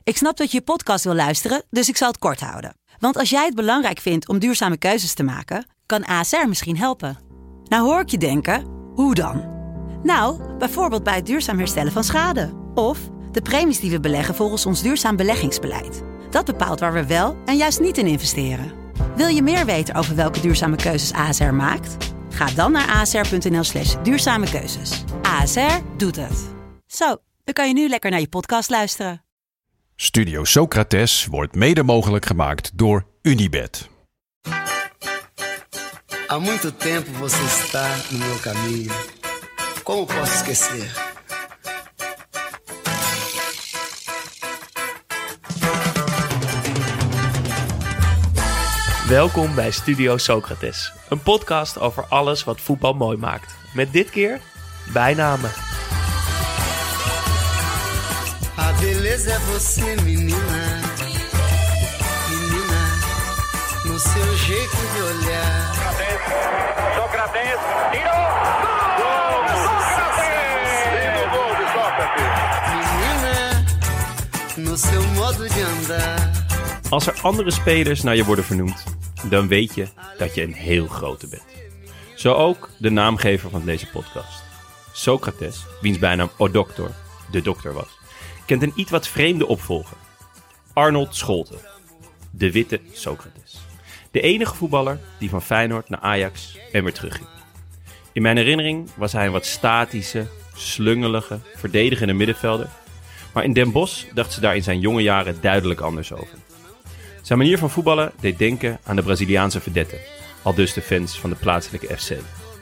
Ik snap dat je podcast wil luisteren, dus ik zal het kort houden. Want als jij het belangrijk vindt om duurzame keuzes te maken, kan ASR misschien helpen. Nou hoor ik je denken, hoe dan? Nou, bijvoorbeeld bij het duurzaam herstellen van schade. Of de premies die we beleggen volgens ons duurzaam beleggingsbeleid. Dat bepaalt waar we wel en juist niet in investeren. Wil je meer weten over welke duurzame keuzes ASR maakt? Ga dan naar asr.nl/duurzame keuzes. ASR doet het. Zo, dan kan je nu lekker naar je podcast luisteren. Studio Socrates wordt mede mogelijk gemaakt door Unibet. Há muito tempo você está no meu caminho. Como posso esquecer? Welkom bij Studio Socrates, een podcast over alles wat voetbal mooi maakt. Met dit keer bijnamen. A beleza é você, menina. Menina, no seu jeito de olhar. Socrates, tirou! Gol! Socrates! Lindo gol de Socrates! Menina, no seu modo de andar. Als er andere spelers naar je worden vernoemd, dan weet je dat je een heel grote bent. Zo ook de naamgever van deze podcast. Socrates, wiens bijnaam Odoctor, de dokter was, kent een iets wat vreemde opvolger. Arnold Scholte, de witte Socrates. De enige voetballer die van Feyenoord naar Ajax en weer terugging. In mijn herinnering was hij een wat statische, slungelige, verdedigende middenvelder. Maar in Den Bosch dacht ze daar in zijn jonge jaren duidelijk anders over. Zijn manier van voetballen deed denken aan de Braziliaanse vedette, aldus de fans van de plaatselijke FC.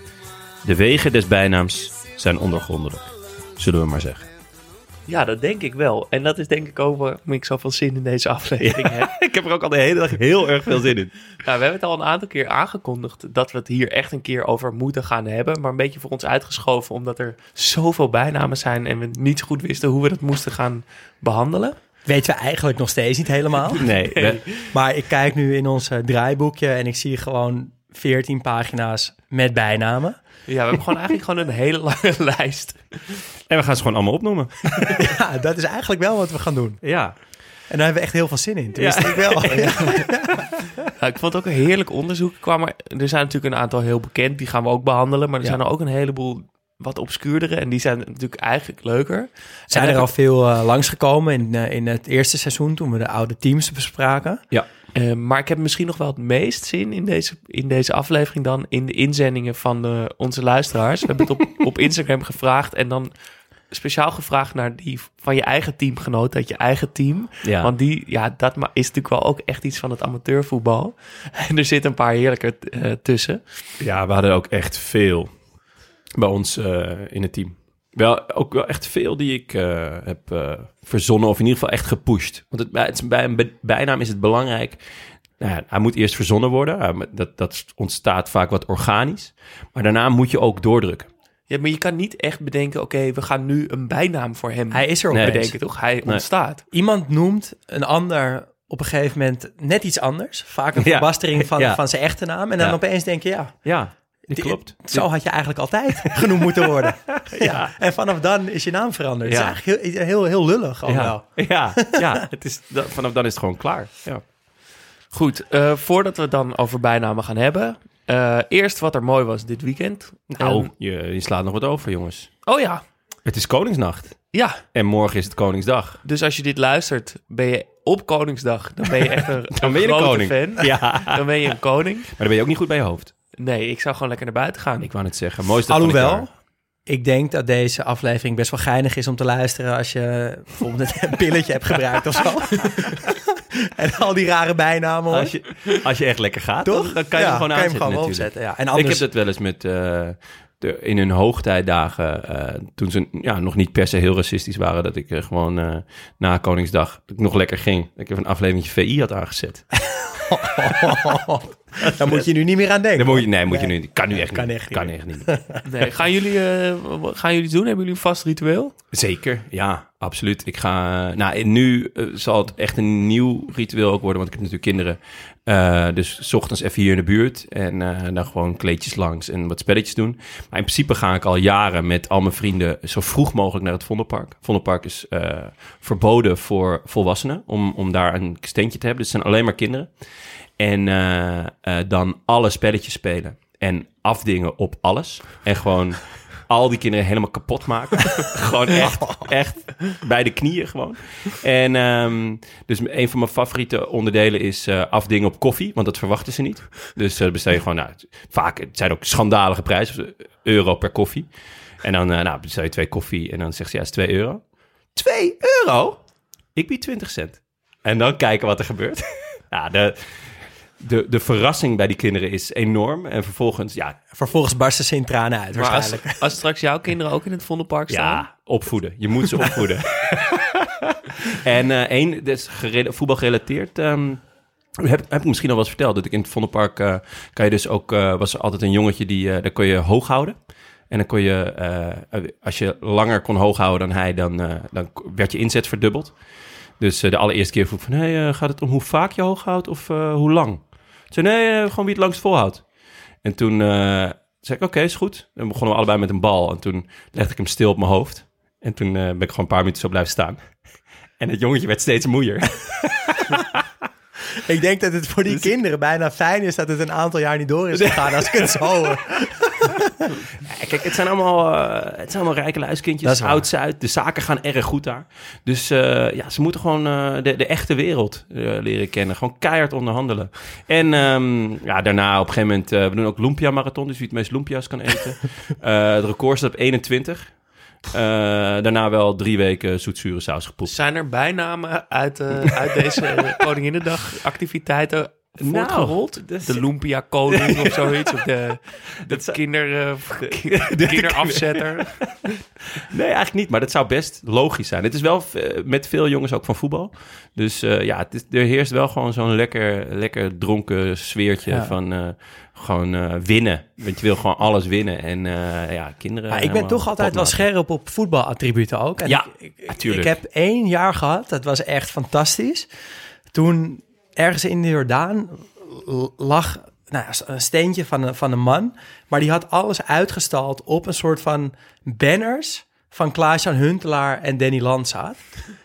De wegen des bijnaams zijn ondoorgrondelijk, zullen we maar zeggen. Ja, dat denk ik wel. En dat is denk ik ook waarom ik zoveel zin in deze aflevering heb. Ik heb er ook al de hele dag heel erg veel zin in. Nou, we hebben het al een aantal keer aangekondigd dat we het hier echt een keer over moeten gaan hebben. Maar een beetje voor ons uitgeschoven omdat er zoveel bijnamen zijn en we niet goed wisten hoe we dat moesten gaan behandelen. Weten we eigenlijk nog steeds niet helemaal. Nee. Maar ik kijk nu in ons draaiboekje en ik zie gewoon 14 pagina's met bijnamen. Ja, we hebben gewoon eigenlijk gewoon een hele lange lijst. En we gaan ze gewoon allemaal opnoemen. Ja, dat is eigenlijk wel wat we gaan doen. Ja. En daar hebben we echt heel veel zin in. Tenminste, ik wel. Ja. Nou, ik vond het ook een heerlijk onderzoek. Er zijn natuurlijk een aantal heel bekend, die gaan we ook behandelen. Maar er zijn er ook een heleboel wat obscuurdere en die zijn natuurlijk eigenlijk leuker. Zijn er al veel langsgekomen in het eerste seizoen toen we de oude teams bespraken. Ja. Maar ik heb misschien nog wel het meest zin in deze aflevering dan in de inzendingen van onze luisteraars. We hebben het op Instagram gevraagd en dan speciaal gevraagd naar die van je eigen teamgenoot uit je eigen team. Ja. Want dat is natuurlijk wel ook echt iets van het amateurvoetbal. En er zitten een paar heerlijke tussen. Ja, we hadden ook echt veel bij ons in het team. Ook wel echt veel die ik heb verzonnen of in ieder geval echt gepusht. Want bij een bijnaam is het belangrijk. Nou ja, hij moet eerst verzonnen worden. Dat ontstaat vaak wat organisch. Maar daarna moet je ook doordrukken. Ja, maar je kan niet echt bedenken, oké, we gaan nu een bijnaam voor hem. Hij is er ook bedenken, toch? Hij ontstaat. Iemand noemt een ander op een gegeven moment net iets anders. Vaak een verbastering van zijn echte naam. En dan opeens denk je, klopt. Zo had je eigenlijk altijd genoemd moeten worden. Ja. En vanaf dan is je naam veranderd. Ja. Het is eigenlijk heel lullig allemaal. Ja. Vanaf dan is het gewoon klaar. Ja. Goed, voordat we het dan over bijnamen gaan hebben. Eerst wat er mooi was dit weekend. Nou, je slaat nog wat over, jongens. Oh ja. Het is Koningsnacht. Ja. En morgen is het Koningsdag. Dus als je dit luistert, ben je op Koningsdag. Dan ben je echt een grote koning. Fan. Ja. Dan ben je een koning. Maar dan ben je ook niet goed bij je hoofd. Nee, ik zou gewoon lekker naar buiten gaan. Ik wou het zeggen. Mooiste Alhoewel, ik denk dat deze aflevering best wel geinig is om te luisteren als je bijvoorbeeld een pilletje hebt gebruikt of zo. En al die rare bijnamen hoor. Als je echt lekker gaat, toch? Dan kan je hem gewoon aanzetten opzetten. Ja. En anders... Ik heb dat wel eens met in hun hoogtijdagen, toen ze nog niet per se heel racistisch waren, dat ik gewoon na Koningsdag dat ik nog lekker ging. Dat ik even een aflevering VI had aangezet. Dan moet je nu niet meer aan denken. Dan moet je nu. Kan nu echt Kan niet. echt Kan niet. echt niet. Nee, gaan jullie het doen? Hebben jullie een vast ritueel? Zeker, ja, absoluut. Ik ga. Nu zal het echt een nieuw ritueel ook worden, want ik heb natuurlijk kinderen. Dus 's ochtends even hier in de buurt en dan gewoon kleedjes langs en wat spelletjes doen. Maar in principe ga ik al jaren met al mijn vrienden zo vroeg mogelijk naar het Vondelpark. Vondelpark is verboden voor volwassenen om daar een steentje te hebben. Dus het zijn alleen maar kinderen. En dan alle spelletjes spelen en afdingen op alles. En gewoon al die kinderen helemaal kapot maken. Gewoon echt bij de knieën gewoon. En dus een van mijn favoriete onderdelen is afdingen op koffie, want dat verwachten ze niet. Dus bestel je gewoon, vaak, het zijn ook schandalige prijzen, €1 per koffie. En dan bestel je 2 koffie en dan zegt ze, ja, is €2. €2? Ik bied 20 cent. En dan kijken wat er gebeurt. Ja, de verrassing bij die kinderen is enorm. En vervolgens, Vervolgens barsten ze in tranen uit, Maar waarschijnlijk. als straks jouw kinderen ook in het Vondelpark staan... ja, opvoeden. Je moet ze opvoeden. En dus voetbal gerelateerd... heb ik misschien al wel eens verteld. Dat ik in het Vondelpark kan je dus ook... was er altijd een jongetje daar kon je hoog houden. En dan kon je... als je langer kon hoog houden dan hij... dan werd je inzet verdubbeld. Dus de allereerste keer vroeg ik van... gaat het om hoe vaak je hoog houdt of hoe lang? Toen zei nee, gewoon wie het langst volhoudt. En toen zei ik, oké, is goed. Dan begonnen we allebei met een bal. En toen legde ik hem stil op mijn hoofd. En toen ben ik gewoon een paar minuten zo blijven staan. En het jongetje werd steeds moeier. Ik denk dat het voor die kinderen bijna fijn is dat het een aantal jaar niet door is gegaan, als ik het zo hoor. Ja, kijk, het zijn allemaal rijke luiskindjes, oud-Zuid. De zaken gaan erg goed daar. Dus ze moeten gewoon de echte wereld leren kennen. Gewoon keihard onderhandelen. En daarna op een gegeven moment... we doen ook lumpia-marathon, dus wie het meest lumpia's kan eten. Het record staat op 21. Daarna wel 3 weken zoetzure saus gepoept. Zijn er bijnamen uit deze Koninginnedag activiteiten voortgerold? De Lumpia Koning of zoiets? Of de kinderafzetter? Nee, eigenlijk niet. Maar dat zou best logisch zijn. Het is wel met veel jongens ook van voetbal. Dus er heerst wel gewoon zo'n lekker dronken sfeertje van... gewoon winnen. Want je wil gewoon alles winnen. En kinderen... Maar ik ben toch altijd wel scherp op voetbalattributen ook. En natuurlijk. Ik heb 1 jaar gehad, dat was echt fantastisch. Toen ergens in de Jordaan lag een steentje van een man. Maar die had alles uitgestald op een soort van banners van Klaas-Jan Huntelaar en Danny Landzaat.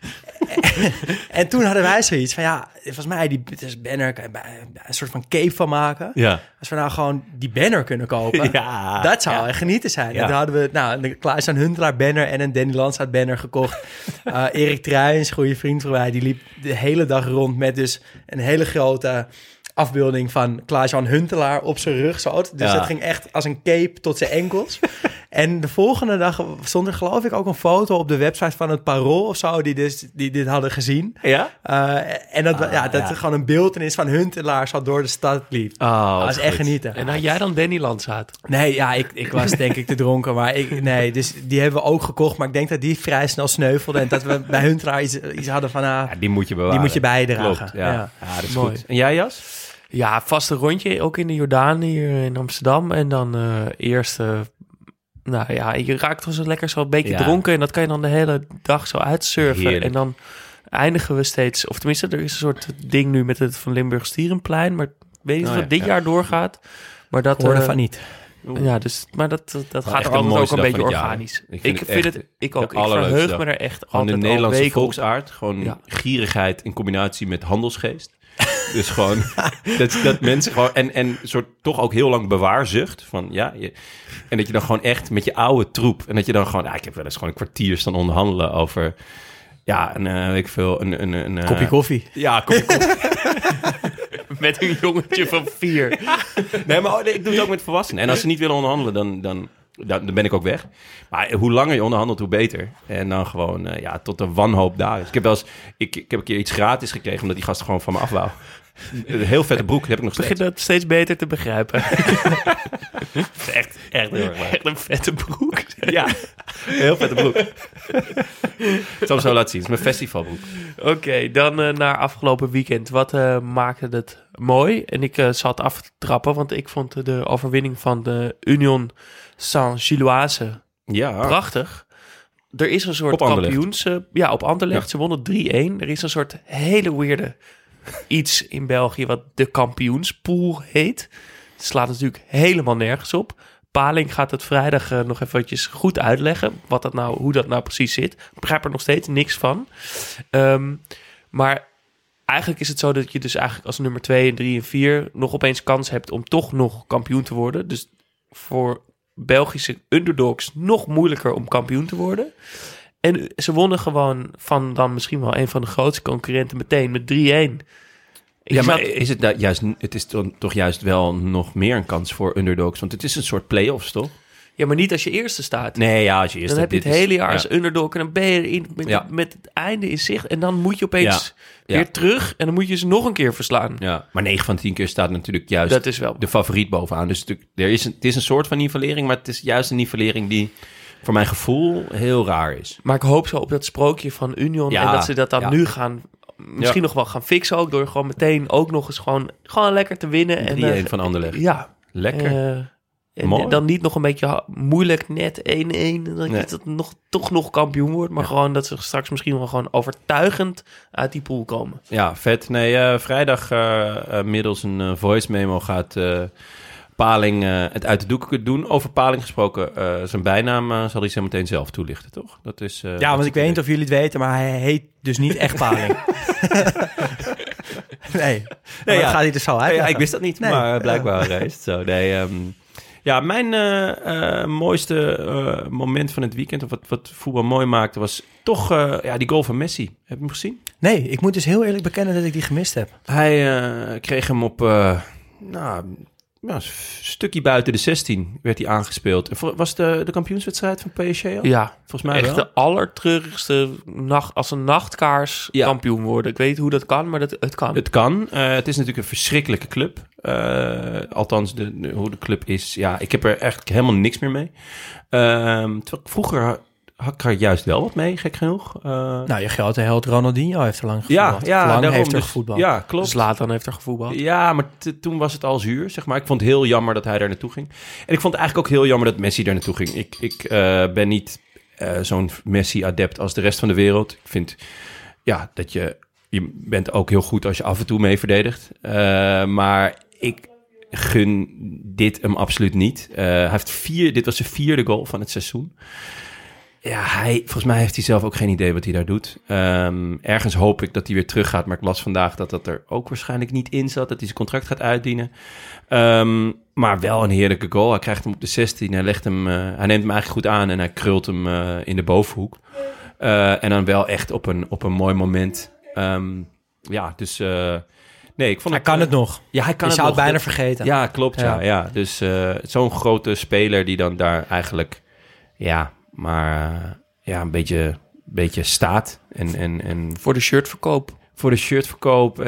En toen hadden wij zoiets van, volgens mij die banner kan je een soort van cape van maken. Ja. Als we nou gewoon die banner kunnen kopen, dat zou echt genieten zijn. Ja. En toen hadden we een Klaas-Jan Huntelaar banner en een Danny Landzaat banner gekocht. Erik Truijens, goede vriend van mij, die liep de hele dag rond met dus een hele grote afbeelding van Klaas-Jan Huntelaar op zijn rug. Dus dat ging echt als een cape tot zijn enkels. En de volgende dag stond er geloof ik ook een foto op de website van het Parool of zo, die dit hadden gezien. Ja? En dat gewoon een beeltenis van Huntelaar zo door de stad liep. Oh, dat is echt genieten. En had jij dan Danny Landzaat? Nee, ik was denk ik te dronken, maar dus die hebben we ook gekocht, maar ik denk dat die vrij snel sneuvelde en dat we bij Huntelaar iets hadden van, die moet je bewaren. Die moet je bijdragen. Klopt, ja, dat is mooi. goed. En jij, Jas? Ja, vast een rondje, ook in de Jordaan hier in Amsterdam. En dan eerst... je raakt toch zo lekker zo een beetje dronken. En dat kan je dan de hele dag zo uitsurfen. Heerlijk. En dan eindigen we steeds... Of tenminste, er is een soort ding nu met het Van Limburg Stierenplein. Maar ik weet niet of het dit jaar doorgaat. Maar dat... hoorde van niet. Ja, dus, maar dat gaat er altijd ook een beetje organisch. Ik verheug me er echt gewoon altijd de Nederlandse weken volksaard. Gewoon gierigheid in combinatie met handelsgeest. Dus gewoon dat mensen gewoon... En soort toch ook heel lang bewaarzucht. Van, en dat je dan gewoon echt met je oude troep... En dat je dan gewoon... ik heb wel eens gewoon een kwartier staan onderhandelen over... een kopje koffie. Ja, kopje koffie. Met een jongetje van 4. Nee, maar ik doe het ook met volwassenen. En als ze niet willen onderhandelen, dan ben ik ook weg. Maar hoe langer je onderhandelt, hoe beter. En dan gewoon tot de wanhoop daar is. Ik heb een keer iets gratis gekregen, omdat die gast gewoon van me af wou. Een heel vette broek heb ik nog steeds. Ik begin dat steeds beter te begrijpen. echt heel erg waar. Echt een vette broek. Ja, een heel vette broek. Ik zal hem zo laten zien. Het is mijn festivalbroek. Oké, dan naar afgelopen weekend. Wat maakte het mooi. En ik zat af te trappen, want ik vond de overwinning van de Union Saint-Gilloise prachtig. Er is een soort op Anderlecht. kampioens... op Anderlecht. Ja. Ze wonnen 3-1. Er is een soort hele weirde iets in België wat de kampioenspool heet. Het slaat natuurlijk helemaal nergens op. Paling gaat het vrijdag nog eventjes goed uitleggen hoe dat nou precies zit. Ik begrijp er nog steeds niks van. Maar eigenlijk is het zo dat je dus eigenlijk als nummer 2, 3 en 4 nog opeens kans hebt om toch nog kampioen te worden. Dus voor Belgische underdogs nog moeilijker om kampioen te worden. En ze wonnen gewoon van dan misschien wel een van de grootste concurrenten meteen met 3-1. Maar is het juist? Het is toch juist wel nog meer een kans voor underdogs, want het is een soort play-offs, toch? Ja, maar niet als je eerste staat. Nee, ja, als je eerste. Dan heb je het hele jaar als underdog en dan ben je erin met het einde in zicht en dan moet je opeens weer terug en dan moet je ze nog een keer verslaan. Ja, maar 9 van 10 keer staat natuurlijk juist dat is wel de favoriet bovenaan. Dus het is een soort van nivellering, maar het is juist een nivellering die voor mijn gevoel heel raar is. Maar ik hoop zo op dat sprookje van Union en dat ze dat dan nu gaan... Misschien nog wel gaan fixen ook, door gewoon meteen ook nog eens gewoon lekker te winnen. 3-1 van Anderlecht. Ja. Lekker. En dan niet nog een beetje moeilijk net 1-1. Dat het toch nog kampioen wordt. Maar gewoon dat ze straks misschien wel gewoon overtuigend uit die pool komen. Ja, vet. Nee, vrijdag middels een voice memo gaat... Paling het uit de doeken doen. Over Paling gesproken, zijn bijnaam zal hij zo meteen zelf toelichten, toch? Dat is, want ik weet niet of jullie het weten, maar hij heet dus niet echt Paling. Nee, dat gaat hij dus zo uit. Ja, ik wist dat niet, maar blijkbaar is het zo. Nee, mijn mooiste moment van het weekend, of wat voetbal mooi maakte, was toch die goal van Messi. Heb je hem gezien? Nee, ik moet dus heel eerlijk bekennen dat ik die gemist heb. Hij kreeg hem op... een stukje buiten de 16 werd hij aangespeeld. Was de kampioenswedstrijd van PSG al? Ja, volgens mij echt wel. De allertreurigste als een nachtkaars kampioen worden. Ik weet niet hoe dat kan, maar het kan. Het kan. Het is natuurlijk een verschrikkelijke club. Althans, hoe de club is. Ja, ik heb er eigenlijk helemaal niks meer mee. Vroeger had ik er juist wel wat mee, gek genoeg. Je grote held Ronaldinho heeft er lang gevoetbald. Lang heeft er gevoetbald. Ja, klopt. Zlatan heeft er gevoetbald. Ja, maar toen was het al zuur, zeg maar. Ik vond het heel jammer dat hij daar naartoe ging. En ik vond het eigenlijk ook heel jammer dat Messi daar naartoe ging. Ik ben niet zo'n Messi-adept als de rest van de wereld. Ik vind dat je bent ook heel goed als je af en toe mee verdedigt. Maar ik gun dit hem absoluut niet. Hij heeft dit was zijn 4e goal van het seizoen. Ja, volgens mij heeft hij zelf ook geen idee wat hij daar doet. Ergens hoop ik dat hij weer terug gaat. Maar ik las vandaag dat er ook waarschijnlijk niet in zat. Dat hij zijn contract gaat uitdienen. Maar wel een heerlijke goal. Hij krijgt hem op de 16. Hij neemt hem eigenlijk goed aan. En hij krult hem in de bovenhoek. En dan wel echt op een mooi moment. Nee, ik vond hij kan het nog. Ja, hij kan je het zou nog. het bijna vergeten. Ja, klopt. Ja. Dus zo'n grote speler die dan daar eigenlijk... een beetje staat. En voor de shirtverkoop. Voor de shirtverkoop.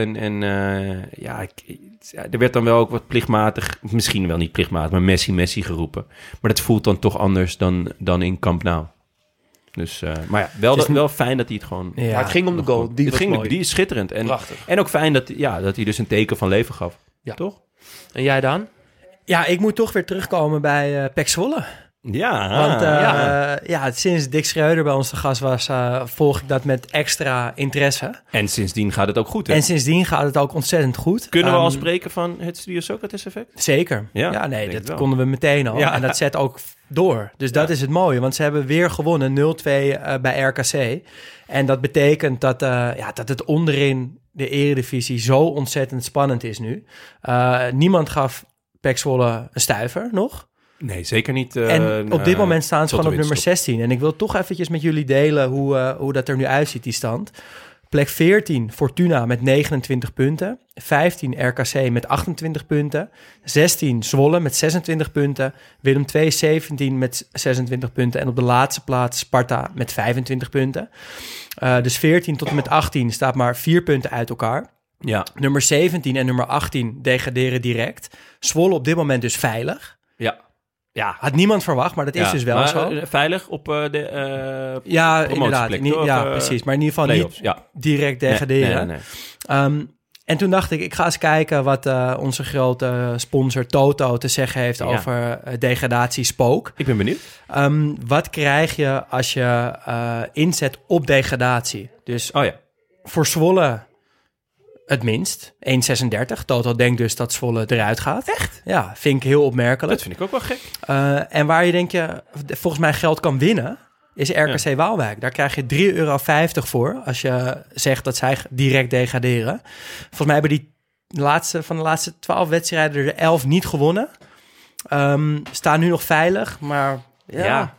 Er werd dan wel ook wat plichtmatig... Misschien wel niet plichtmatig, maar Messi geroepen. Maar dat voelt dan toch anders dan in Camp Nou. Dus, wel fijn dat hij het gewoon... Ja, maar het ging om de goal. Die is schitterend. En ook fijn dat hij dus een teken van leven gaf. Ja. Toch? En jij dan? Ja, ik moet toch weer terugkomen bij PEC Zwolle. Ja. Want sinds Dick Schreuder bij ons te gast was, volg ik dat met extra interesse. En sindsdien gaat het ook goed, hè? En sindsdien gaat het ook ontzettend goed. Kunnen we al spreken van het Studio Socrates effect? Zeker. Dat konden we meteen al. Ja. En dat zet ook door. Dus dat is het mooie, want ze hebben weer gewonnen 0-2 bij RKC. En dat betekent dat het onderin de eredivisie zo ontzettend spannend is nu. Niemand gaf PEC Zwolle een stuiver nog. Nee, zeker niet. En op dit moment staan ze gewoon op nummer 16. En ik wil toch eventjes met jullie delen hoe dat er nu uitziet, die stand. Plek 14, Fortuna met 29 punten. 15, RKC met 28 punten. 16, Zwolle met 26 punten. Willem II, 17 met 26 punten. En op de laatste plaats Sparta met 25 punten. Dus 14 tot en met 18 staat maar 4 punten uit elkaar. Ja. Nummer 17 en nummer 18 degraderen direct. Zwolle op dit moment dus veilig. Ja, had niemand verwacht, maar dat is dus wel zo. Veilig op inderdaad. Precies. Maar in ieder geval niet direct degraderen. Nee. En toen dacht ik ga eens kijken wat onze grote sponsor Toto te zeggen heeft over degradatiespook. Ik ben benieuwd. Wat krijg je als je inzet op degradatie? Dus voor Zwolle het minst, 1,36. Toto denkt dus dat Zwolle eruit gaat. Echt? Ja, vind ik heel opmerkelijk. Dat vind ik ook wel gek. En waar je denk je volgens mij geld kan winnen, is RKC Waalwijk. Daar krijg je €3,50 voor als je zegt dat zij direct degraderen. Volgens mij hebben die van de laatste 12 wedstrijden er 11 niet gewonnen. Staan nu nog veilig, maar ja.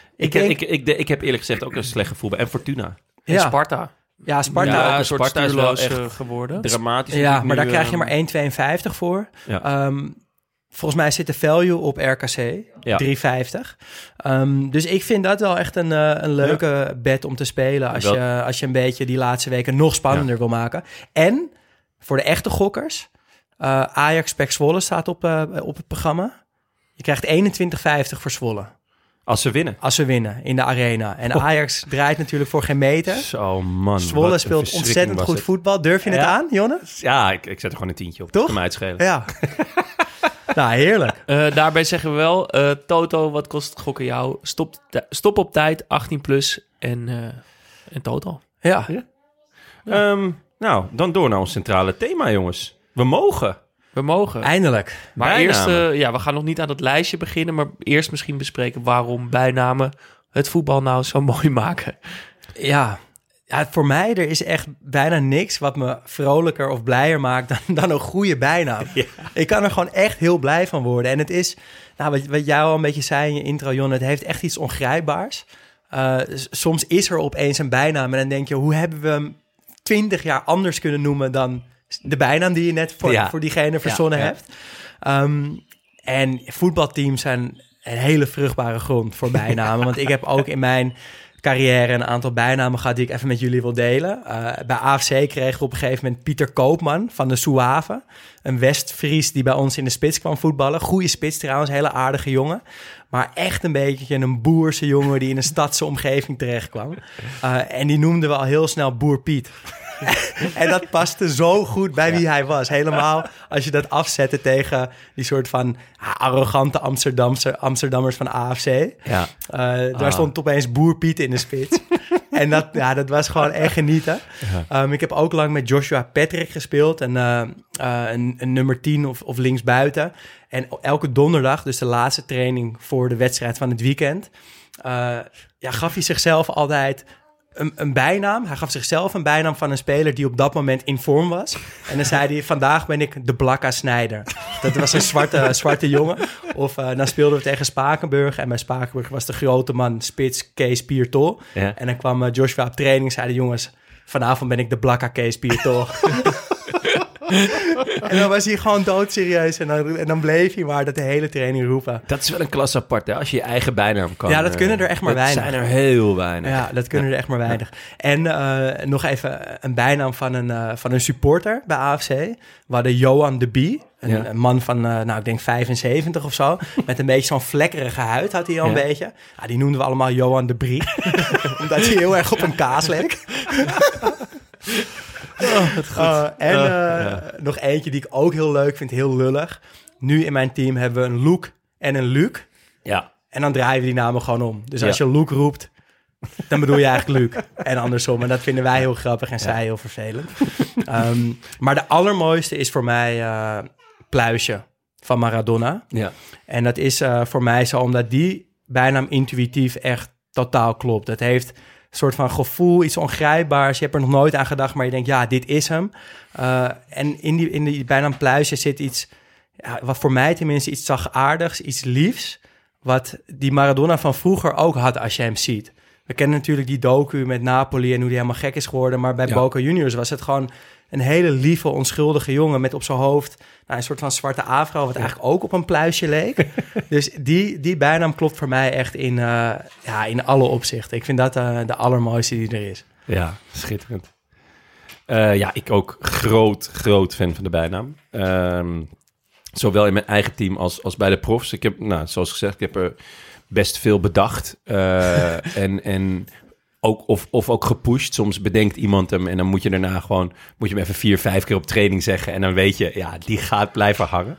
Ik heb eerlijk gezegd ook een slecht gevoel bij. En Fortuna. En Sparta. Ja, Sparta een soort stuurloos geworden. Dramatisch. Ja, maar daar krijg je maar 1,52 voor. Ja. Volgens mij zit de value op RKC, 3,50. Dus ik vind dat wel echt een leuke bet om te spelen als je een beetje die laatste weken nog spannender wil maken. En voor de echte gokkers, Ajax PEC Zwolle staat op het programma. Je krijgt 21,50 voor Zwolle. Als ze winnen? Als ze winnen in de arena. En Ajax draait natuurlijk voor geen meter. Zo man. Zwolle speelt ontzettend goed voetbal. Durf je het aan, Jonne? Ja, ik zet er gewoon een tientje op. Toch? Kan mij uitschelen. Ja. Nou, heerlijk. Daarbij zeggen we wel, Toto, wat kost het gokken jou? Stop op tijd, 18 plus en Toto. Ja. Nou, dan door naar ons centrale thema, jongens. We mogen. Eindelijk. Maar eerst, we gaan nog niet aan dat lijstje beginnen, maar eerst misschien bespreken waarom bijnamen het voetbal nou zo mooi maken. Ja, voor mij er is echt bijna niks wat me vrolijker of blijer maakt dan een goede bijnaam. Ja. Ik kan er gewoon echt heel blij van worden. En het is, wat jij al een beetje zei in je intro, Jon, het heeft echt iets ongrijpbaars. Soms is er opeens een bijnaam en dan denk je, hoe hebben we hem 20 jaar anders kunnen noemen dan de bijnaam die je net voor diegene verzonnen hebt. En voetbalteams zijn een hele vruchtbare grond voor bijnamen. Want ik heb ook in mijn carrière een aantal bijnamen gehad die ik even met jullie wil delen. Bij AFC kregen we op een gegeven moment Pieter Koopman van de Zouave. Een West-Fries die bij ons in de spits kwam voetballen. Goeie spits trouwens, hele aardige jongen. Maar echt een beetje een boerse jongen die in een stadse omgeving terecht kwam. En die noemden we al heel snel Boer Piet. En dat paste zo goed bij wie hij was. Helemaal als je dat afzette tegen die soort van arrogante Amsterdammers van AFC. Ja. Daar stond opeens Boer Piet in de spits. En dat was gewoon echt genieten. Ja. Ik heb ook lang met Joshua Patrick gespeeld. En een nummer 10 of linksbuiten. En elke donderdag, dus de laatste training voor de wedstrijd van het weekend, gaf hij zichzelf altijd een bijnaam. Hij gaf zichzelf een bijnaam van een speler die op dat moment in vorm was. En dan zei hij, vandaag ben ik de Blakka Snijder. Dat was een zwarte jongen. Of dan speelden we tegen Spakenburg. En bij Spakenburg was de grote man spits Kees Piertol. Ja. En dan kwam Joshua op training en zei de jongens, vanavond ben ik de Blakka Kees Piertol. En dan was hij gewoon doodserieus. En dan bleef hij maar dat de hele training roepen. Dat is wel een klasse apart, hè? Als je je eigen bijnaam kan. Ja, dat kunnen er echt maar weinig. Dat zijn er heel weinig. Ja, dat kunnen er echt maar weinig. En nog even een bijnaam van een supporter bij AFC. We hadden Johan de Bie. Een man van, ik denk 75 of zo. Met een beetje zo'n vlekkerige huid had hij al een beetje. Ja, die noemden we allemaal Johan de Brie. Omdat hij heel erg op een kaas leek. Nog eentje die ik ook heel leuk vind, heel lullig. Nu in mijn team hebben we een Luke en een Luc. Ja. En dan draaien we die namen gewoon om. Dus als je Luke roept, dan bedoel je eigenlijk Luc. En andersom. En dat vinden wij heel grappig en zij heel vervelend. Maar de allermooiste is voor mij Pluisje van Maradona. Ja. En dat is voor mij zo omdat die bijnaam intuïtief echt totaal klopt. Het heeft een soort van gevoel, iets ongrijpbaars. Je hebt er nog nooit aan gedacht, maar je denkt, ja, dit is hem. En in die bijnaam Pluisje zit iets, wat voor mij tenminste iets zachtaardigs, iets liefs, wat die Maradona van vroeger ook had als je hem ziet. We kennen natuurlijk die docu met Napoli en hoe die helemaal gek is geworden, maar bij Boca Juniors was het gewoon een hele lieve, onschuldige jongen met op zijn hoofd een soort van zwarte afro, wat eigenlijk ook op een pluisje leek. Dus die bijnaam klopt voor mij echt in alle opzichten. Ik vind dat de allermooiste die er is. Ja, schitterend. Ik ook groot fan van de bijnaam. Zowel in mijn eigen team als bij de profs. Ik heb, zoals gezegd, ik heb er best veel bedacht. En Of ook gepusht. Soms bedenkt iemand hem en dan moet je daarna gewoon... moet je hem even 4-5 keer op training zeggen. En dan weet je, ja, die gaat blijven hangen.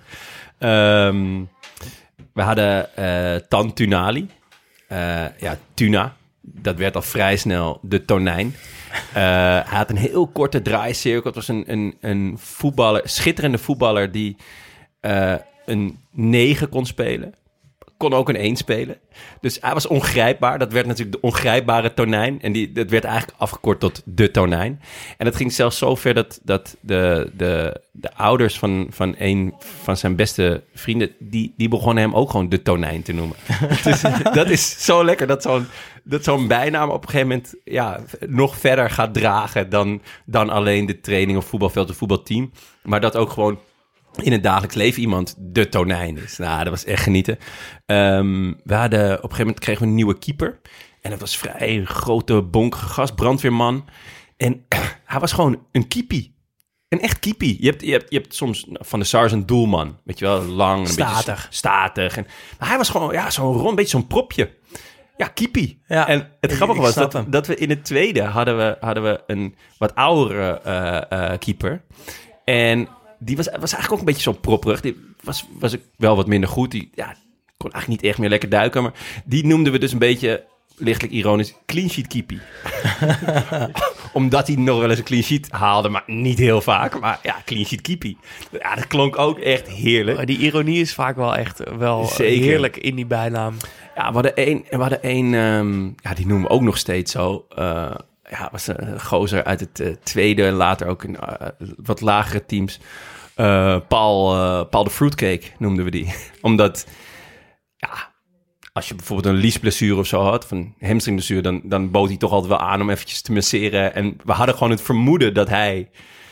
We hadden Tan Tunali. Tuna. Dat werd al vrij snel de tonijn. Hij had een heel korte draaicirkel. Het was een voetballer, schitterende voetballer... die een 9 kon spelen. Kon ook een 1 spelen. Dus hij was ongrijpbaar. Dat werd natuurlijk de ongrijpbare tonijn. En dat werd eigenlijk afgekort tot de tonijn. En dat ging zelfs zo ver dat de ouders van een van zijn beste vrienden... die begonnen hem ook gewoon de tonijn te noemen. Dus dat is zo lekker dat zo'n bijnaam op een gegeven moment... nog verder gaat dragen dan alleen de training of voetbalveld of voetbalteam. Maar dat ook gewoon... in het dagelijks leven iemand de tonijn is. Nou, dat was echt genieten. We hadden, op een gegeven moment kregen we een nieuwe keeper. En dat was vrij een grote, bonkige gast, brandweerman. En hij was gewoon een keepie. Een echt keepie. Je hebt soms van de SARS een doelman. Weet je wel, lang. Statig. Maar hij was gewoon zo'n rond, beetje zo'n propje. Ja, keepie. Ja, en het grappige was dat we in het tweede hadden we een wat oudere keeper. En... die was eigenlijk ook een beetje zo'n propperig. Die was ook wel wat minder goed. Die kon eigenlijk niet echt meer lekker duiken. Maar die noemden we dus een beetje, lichtelijk ironisch, clean sheet keepie. Omdat hij nog wel eens een clean sheet haalde, maar niet heel vaak. Maar ja, clean sheet keepie. Ja, dat klonk ook echt heerlijk. Maar die ironie is vaak wel echt heerlijk in die bijnaam. Ja, we hadden één, die noemen we ook nog steeds zo... was een gozer uit het tweede en later ook in wat lagere teams. Paul de Fruitcake noemden we die. Omdat, als je bijvoorbeeld een liesblessure of zo had, of een hamstringblessure, dan bood hij toch altijd wel aan om eventjes te masseren. En we hadden gewoon het vermoeden dat hij,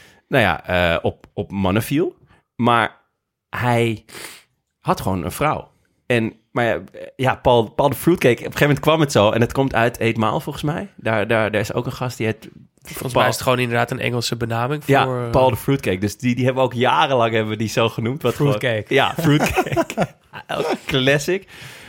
op mannen viel. Maar hij had gewoon een vrouw. Maar Paul de Fruitcake, op een gegeven moment kwam het zo. En het komt uit Eetmaal, volgens mij. Daar is ook een gast die het... Volgens mij is het gewoon inderdaad een Engelse benaming voor... Ja, Paul de Fruitcake. Dus die hebben we ook jarenlang die zo genoemd. Fruitcake. Ja, Fruitcake. Classic.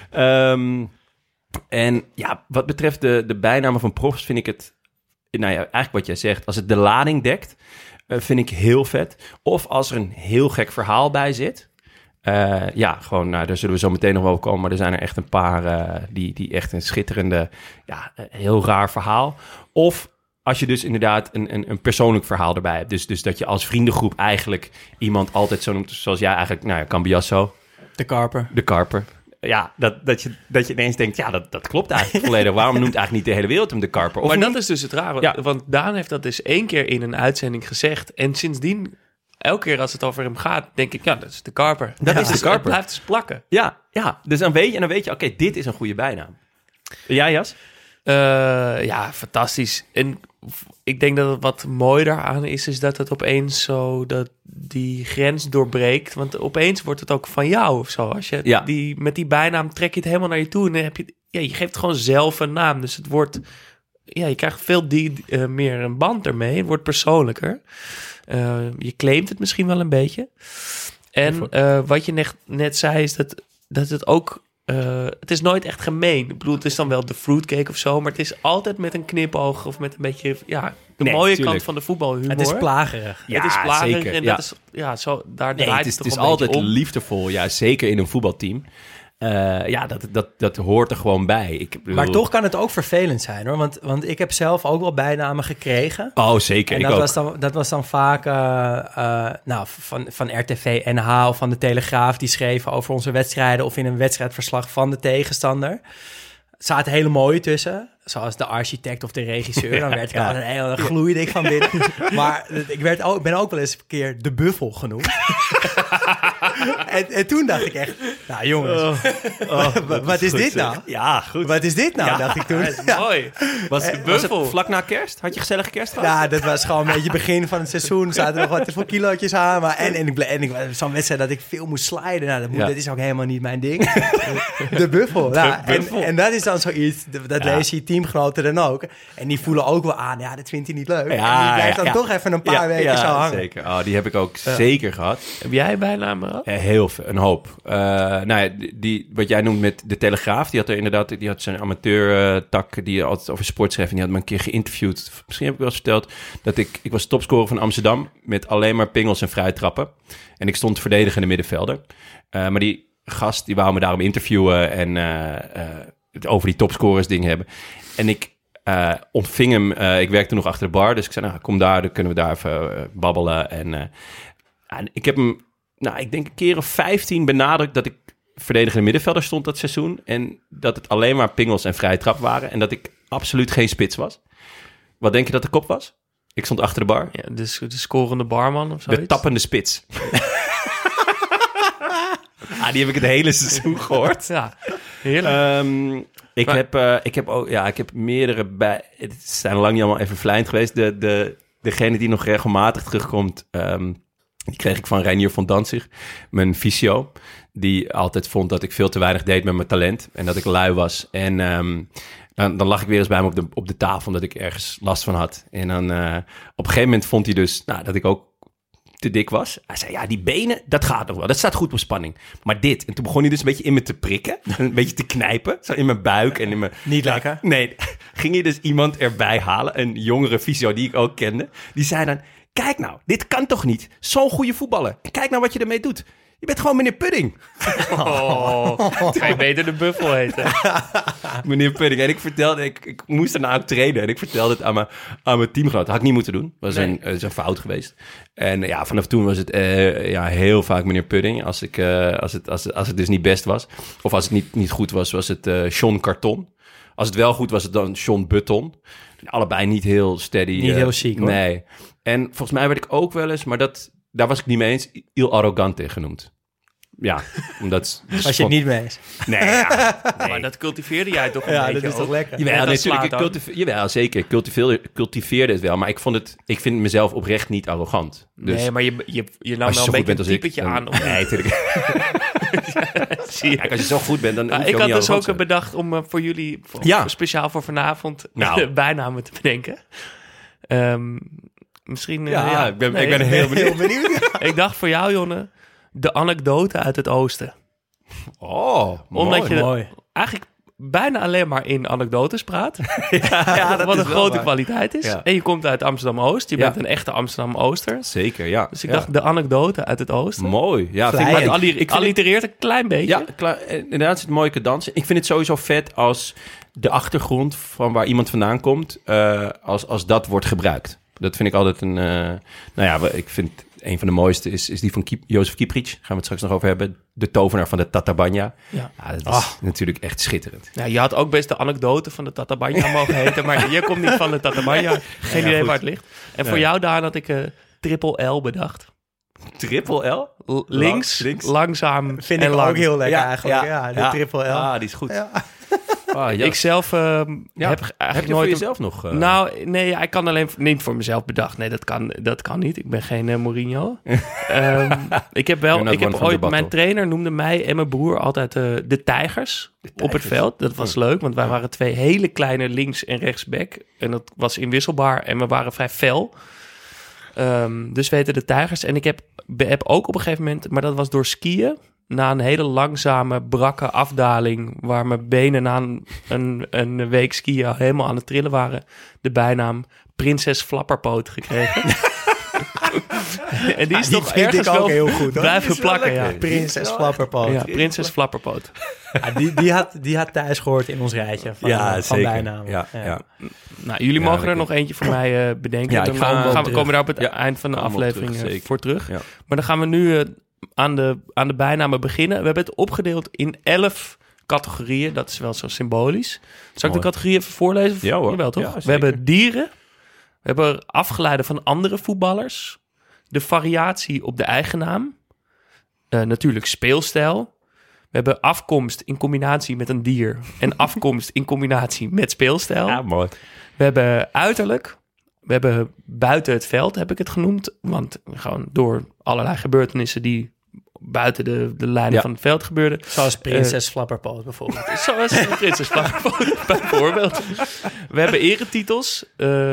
En wat betreft de bijnamen van profs vind ik het... eigenlijk wat jij zegt. Als het de lading dekt, vind ik heel vet. Of als er een heel gek verhaal bij zit... gewoon, daar zullen we zo meteen nog wel komen. Maar er zijn er echt een paar die echt een schitterende, heel raar verhaal. Of als je dus inderdaad een persoonlijk verhaal erbij hebt. Dus dat je als vriendengroep eigenlijk iemand altijd zo noemt. Zoals jij eigenlijk, Cambiasso. De Karper. Ja, dat je ineens denkt, dat klopt eigenlijk volledig. Waarom noemt eigenlijk niet de hele wereld hem de Karper? Maar dat is dus het rare. Want Daan heeft dat dus 1 keer in een uitzending gezegd. En sindsdien... elke keer als het over hem gaat, denk ik, dat is de Karper. Dat is de Karper. Het blijft dus plakken. Ja. Dus dan weet je, oké, dit is een goede bijnaam. Ja, Jas? Fantastisch. En ik denk dat het wat mooi daaraan is dat het opeens zo, dat die grens doorbreekt. Want opeens wordt het ook van jou of zo. Als je met die bijnaam trek je het helemaal naar je toe. En dan heb je geeft gewoon zelf een naam. Dus het wordt, je krijgt veel meer een band ermee. Het wordt persoonlijker. Je claimt het misschien wel een beetje. En wat je net zei is dat het ook... het is nooit echt gemeen. Ik bedoel, het is dan wel de fruitcake of zo... maar het is altijd met een knipoog of met een beetje... de mooie kant van de voetbalhumor. Het is plagerig. Het is plagerig zeker, en dat is... zo, daar draait het is altijd liefdevol, zeker in een voetbalteam. Dat hoort er gewoon bij. Maar toch kan het ook vervelend zijn, hoor. Want ik heb zelf ook wel bijnamen gekregen. Oh, zeker. En dat was dan vaak van RTV NH of van de Telegraaf... die schreven over onze wedstrijden... of in een wedstrijdverslag van de tegenstander. Er zaten hele mooie tussen... zoals de architect of de regisseur. Dan werd ik dan gloeide ik van binnen. Maar ik ben ook wel eens een keer de buffel genoemd. en toen dacht ik echt... Nou jongens, wat is dit nou? Ja, goed. Wat is dit nou, dacht ik toen. Dat is mooi. Was het vlak na kerst? Had je gezellige kerst gehad? Ja, dat was gewoon een beetje begin van het seizoen. Er zaten nog wat te veel kilootjes aan. Maar en ik zo'n wedstrijd dat ik veel moest sliden. Nou, dat is ook helemaal niet mijn ding. De buffel. En dat is dan zoiets... Dat lees je teamgenoten dan ook. En die voelen ook wel aan, dit vindt hij niet leuk. Ja, en die blijft dan toch even een paar weken zo hangen. Zeker. Oh, die heb ik ook zeker gehad. Heb jij bijnamen gehad? Heel veel, een hoop. Wat jij noemt met de Telegraaf, die had zijn amateurtak die altijd over sport schreef. En die had me een keer geïnterviewd. Misschien heb ik wel eens verteld dat ik was topscorer van Amsterdam met alleen maar pingels en vrije trappen. En ik stond verdedigende middenvelder. Maar die gast, die wou me daarom interviewen en het over die topscorers dingen hebben. En ik ontving hem. Ik werkte nog achter de bar, dus ik zei, kom daar, dan kunnen we daar even babbelen. En ik heb hem, ik denk een keer of 15 benadrukt dat ik verdedigende middenvelder stond dat seizoen. En dat het alleen maar pingels en vrije trap waren. En dat ik absoluut geen spits was. Wat denk je dat de kop was? Ik stond achter de bar. Ja, de scorende barman of zoiets. De tappende spits. Die heb ik het hele seizoen gehoord. Ja, heerlijk. Ik heb meerdere bij. Het zijn lang niet allemaal even vlijend geweest. Degene die nog regelmatig terugkomt, die kreeg ik van Reinier van Danzig, mijn fysio. Die altijd vond dat ik veel te weinig deed met mijn talent en dat ik lui was. En dan lag ik weer eens bij hem op de tafel omdat ik ergens last van had. En dan op een gegeven moment vond hij dus dat ik ook te dik was. Hij zei, die benen, dat gaat nog wel. Dat staat goed op spanning. Maar dit. En toen begon hij dus een beetje in me te prikken. Een beetje te knijpen. Zo in mijn buik en in mijn... Niet lekker. Nee. Ging je dus iemand erbij halen. Een jongere fysio die ik ook kende. Die zei dan, kijk nou, dit kan toch niet? Zo'n goede voetballer. Kijk nou wat je ermee doet. Je bent gewoon meneer Pudding. Kan je beter de Buffel heten. Meneer Pudding. En ik vertelde, ik moest daarna ook trainen. En ik vertelde het aan mijn teamgenoot. Dat had ik niet moeten doen. Dat was een fout geweest. En vanaf toen was het heel vaak meneer Pudding. Als het dus niet best was. Of als het niet goed was, was het John Carton. Als het wel goed was, het dan John Button. Allebei niet heel steady. Niet heel chic, hoor. Nee. En volgens mij werd ik ook wel eens, maar daar was ik niet mee eens, Il Arrogante genoemd. Ja, omdat... Was je het niet mee eens? Nee. Maar dat cultiveerde jij toch een beetje. Dat is toch lekker? Jawel, natuurlijk. Zeker. Ik cultiveerde het wel. Maar ik vind mezelf oprecht niet arrogant. Dus nee, maar je nam wel een beetje een typetje aan. Nee, natuurlijk. Kijk, als je zo goed bent, dan hoef je ik ook had niet dus arrogant ook bedacht om voor jullie, speciaal voor vanavond, bijnamen te bedenken. Misschien... ik ben heel benieuwd. Ik dacht voor jou, Jonne, de anekdote uit het oosten. Oh, Omdat je mooi. eigenlijk bijna alleen maar in anekdotes praat. dat wat is een wel grote waar. kwaliteit is. Ja. En je komt uit Amsterdam-Oost. Je bent een echte Amsterdam-Ooster. Zeker, ja. Dus ik dacht, de anekdote uit het oosten. Mooi. Ja, Vlijend. Allitereert een klein beetje. Ja, inderdaad zit mooie cadans. Ik vind het sowieso vet als de achtergrond van waar iemand vandaan komt, als dat wordt gebruikt. Dat vind ik altijd ik vind een van de mooiste is die van Jozef Kieprits. Gaan we het straks nog over hebben. De tovenaar van de Tatabanya. Ja, dat is natuurlijk echt schitterend. Ja, je had ook best de anekdote van de Tatabanya mogen heten, maar je komt niet van de Tatabanya. Geen idee waar het ligt. En voor jou, Daan, had ik triple L bedacht. Triple L? Links, langzaam Vind en ik lang. ook heel lekker eigenlijk. Ja, de triple L. Ah, die is goed. Ja. Ik zelf heb eigenlijk je nooit... voor jezelf nog? Ik kan alleen niet voor mezelf bedacht. Nee, dat kan niet. Ik ben geen Mourinho. Ik heb ooit... Mijn trainer noemde mij en mijn broer altijd de tijgers op het veld. Dat was leuk, want wij waren 2 hele kleine links- en rechtsback. En dat was inwisselbaar en we waren vrij fel. Dus we heten de tijgers. En ik heb ook op een gegeven moment... Maar dat was door skiën. Na een hele langzame, brakke afdaling, waar mijn benen na een week skiën helemaal aan het trillen waren, de bijnaam Prinses Flapperpoot gekregen. En die is toch ergens ook wel heel goed, hoor. blijven plakken. Ja. Prinses Flapperpoot. Ja, Prinses Flapperpoot. Ja, die had thuis gehoord in ons rijtje van bijnamen. Ja. Nou, jullie mogen er nog eentje voor mij bedenken. Ja, dan komen we daar op het eind van de aflevering voor terug. Ja. Maar dan gaan we nu aan de bijnamen beginnen. We hebben het opgedeeld in 11 categorieën. Dat is wel zo symbolisch. Zal ik de categorieën even voorlezen? Ja hoor. Jawel, toch? Ja, we hebben dieren. We hebben afgeleide van andere voetballers. De variatie op de eigen naam. Natuurlijk speelstijl. We hebben afkomst in combinatie met een dier. En afkomst in combinatie met speelstijl. Ja, mooi. We hebben uiterlijk. We hebben buiten het veld, heb ik het genoemd. Want gewoon door allerlei gebeurtenissen die buiten de lijnen van het veld gebeurde. Zoals Prinses Flapperpoot bijvoorbeeld. Zoals Prinses Flapperpoot bijvoorbeeld. We hebben eretitels.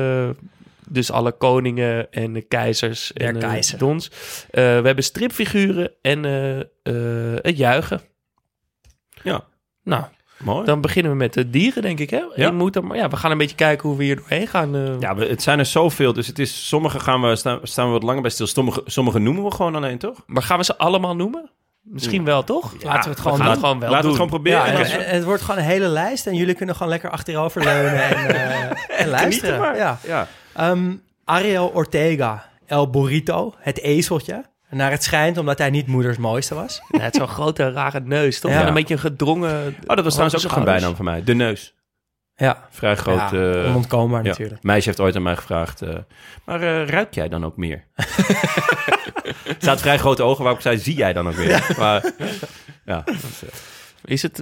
Dus alle koningen en de keizers en dons. We hebben stripfiguren en het juichen. Ja. Nou, mooi. Dan beginnen we met de dieren, denk ik. Hè? Ja. We gaan een beetje kijken hoe we hier doorheen gaan. Ja, het zijn er zoveel. Dus het is, sommige staan we wat langer bij stil. Sommige noemen we gewoon alleen, toch? Maar gaan we ze allemaal noemen? Misschien wel, toch? Laten we het gewoon doen. Laten we het gewoon proberen. Ja, en het wordt gewoon een hele lijst. En jullie kunnen gewoon lekker achteroverleunen en luisteren. Maar. Ja. Ariel Ortega, El Burrito, het ezeltje. Naar het schijnt omdat hij niet moeders mooiste was. Ja, het is zo'n grote, rare neus, toch? Ja. En een beetje een gedrongen... Dat was trouwens ook nog een bijnaam van mij. De neus. Ja. Vrij groot... onontkoombaar natuurlijk. Meisje heeft ooit aan mij gevraagd... maar ruik jij dan ook meer? Ze had vrij grote ogen waarop ik zei... Zie jij dan ook meer? Ja. Maar, ja. Is het...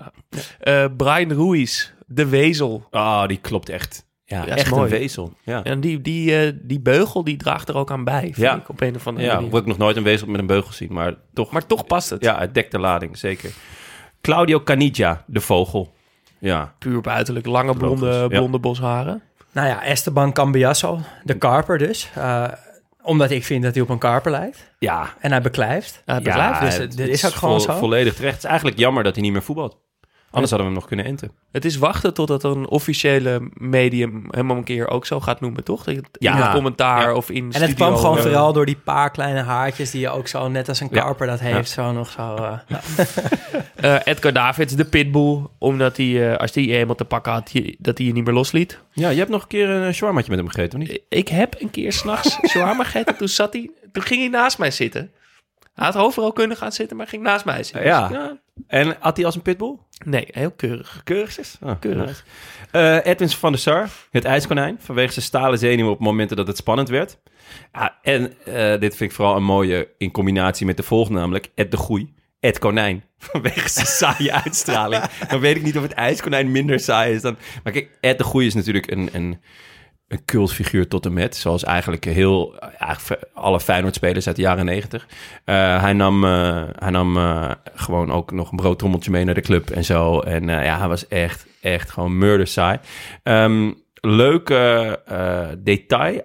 Brian Ruiz, de wezel. Die klopt echt. Ja, Ja, echt mooi. een wezel. Ja. En die beugel, die draagt er ook aan bij, vind ik, op een of andere manier. Hoewel ik nog nooit een wezel met een beugel zien, maar toch... Maar toch past het. Ja, het dekt de lading, zeker. Claudio Caniggia, de vogel. Ja. Puur op uiterlijk, lange blonde bosharen. Nou ja, Esteban Cambiasso, de karper dus. Omdat ik vind dat hij op een karper lijkt. Ja. En hij beklijft. Dus dit is ook gewoon zo. Volledig terecht. Het is eigenlijk jammer dat hij niet meer voetbalt. Anders hadden we hem nog kunnen enten. Het is wachten totdat een officiële medium hem een keer ook zo gaat noemen, toch? In een commentaar of in En het kwam gewoon vooral door die paar kleine haartjes die je ook zo, net als een karper dat heeft, zo nog zo... Edgar Davids, de pitbull, omdat hij, als hij eenmaal te pakken had, dat hij je niet meer losliet. Ja, je hebt nog een keer een shawarmaatje met hem gegeten, of niet? Ik heb een keer 's nachts shawarma gegeten, toen ging hij naast mij zitten. Hij had overal kunnen gaan zitten, maar ging naast mij zitten. Ja. Dus, En had hij als een pitbull? Nee, heel keurig. Keurig is? Keurig. Nice. Edwin van der Sar, het ijskonijn, vanwege zijn stalen zenuwen op momenten dat het spannend werd. Ja, en dit vind ik vooral een mooie in combinatie met de volgende, namelijk Ed de Goeie. Ed Konijn, vanwege zijn saaie uitstraling. Dan weet ik niet of het ijskonijn minder saai is dan... Maar kijk, Ed de Goeie is natuurlijk een cultfiguur tot en met. Zoals eigenlijk alle Feyenoord-spelers uit de jaren 90. Hij nam gewoon ook nog een broodtrommeltje mee naar de club en zo. En hij was echt gewoon murder saai. Leuk detail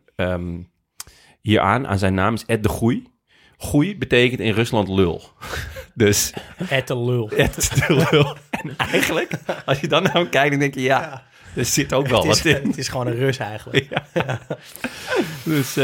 aan zijn naam is Ed de Goeie. Goeie betekent in Rusland lul. Dus... Ed de lul. Ed de lul. En eigenlijk, als je dan naar hem kijkt, dan denk je ja. Er zit ook wel wat in. Het is gewoon een Rus eigenlijk. Ja. Dus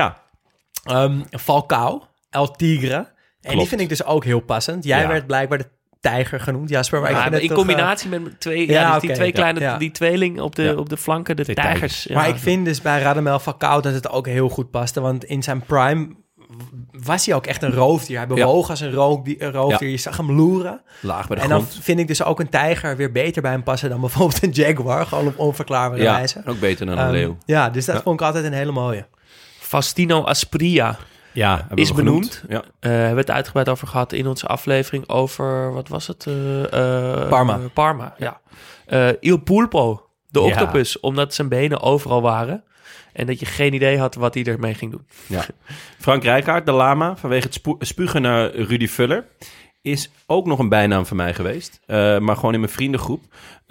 Falcao, El Tigre. En Klopt. die vind ik dus ook heel passend. Jij werd blijkbaar de tijger genoemd, Jasper. Maar ik vind het in toch, combinatie met twee, die twee kleine, die tweeling op de flanken, de tijgers. Ja. Maar ik vind dus bij Radamel Falcao dat het ook heel goed paste. Want in zijn prime was hij ook echt een roofdier. Hij bewoog als een roofdier. Je zag hem loeren. Laag bij de grond. En dan vind ik dus ook een tijger weer beter bij hem passen dan bijvoorbeeld een jaguar. Gewoon op onverklaarbare wijze. Ook beter dan een leeuw. Ja, dus dat vond ik altijd een hele mooie. Faustino Asprilla is benoemd. Ja. Hebben we het uitgebreid over gehad in onze aflevering over, wat was het? Parma, ja. Il Pulpo, de octopus, omdat zijn benen overal waren. En dat je geen idee had wat hij ermee ging doen. Ja. Frank Rijkaard, de lama, vanwege het spugen naar Rudy Vuller, is ook nog een bijnaam van mij geweest. Maar gewoon in mijn vriendengroep.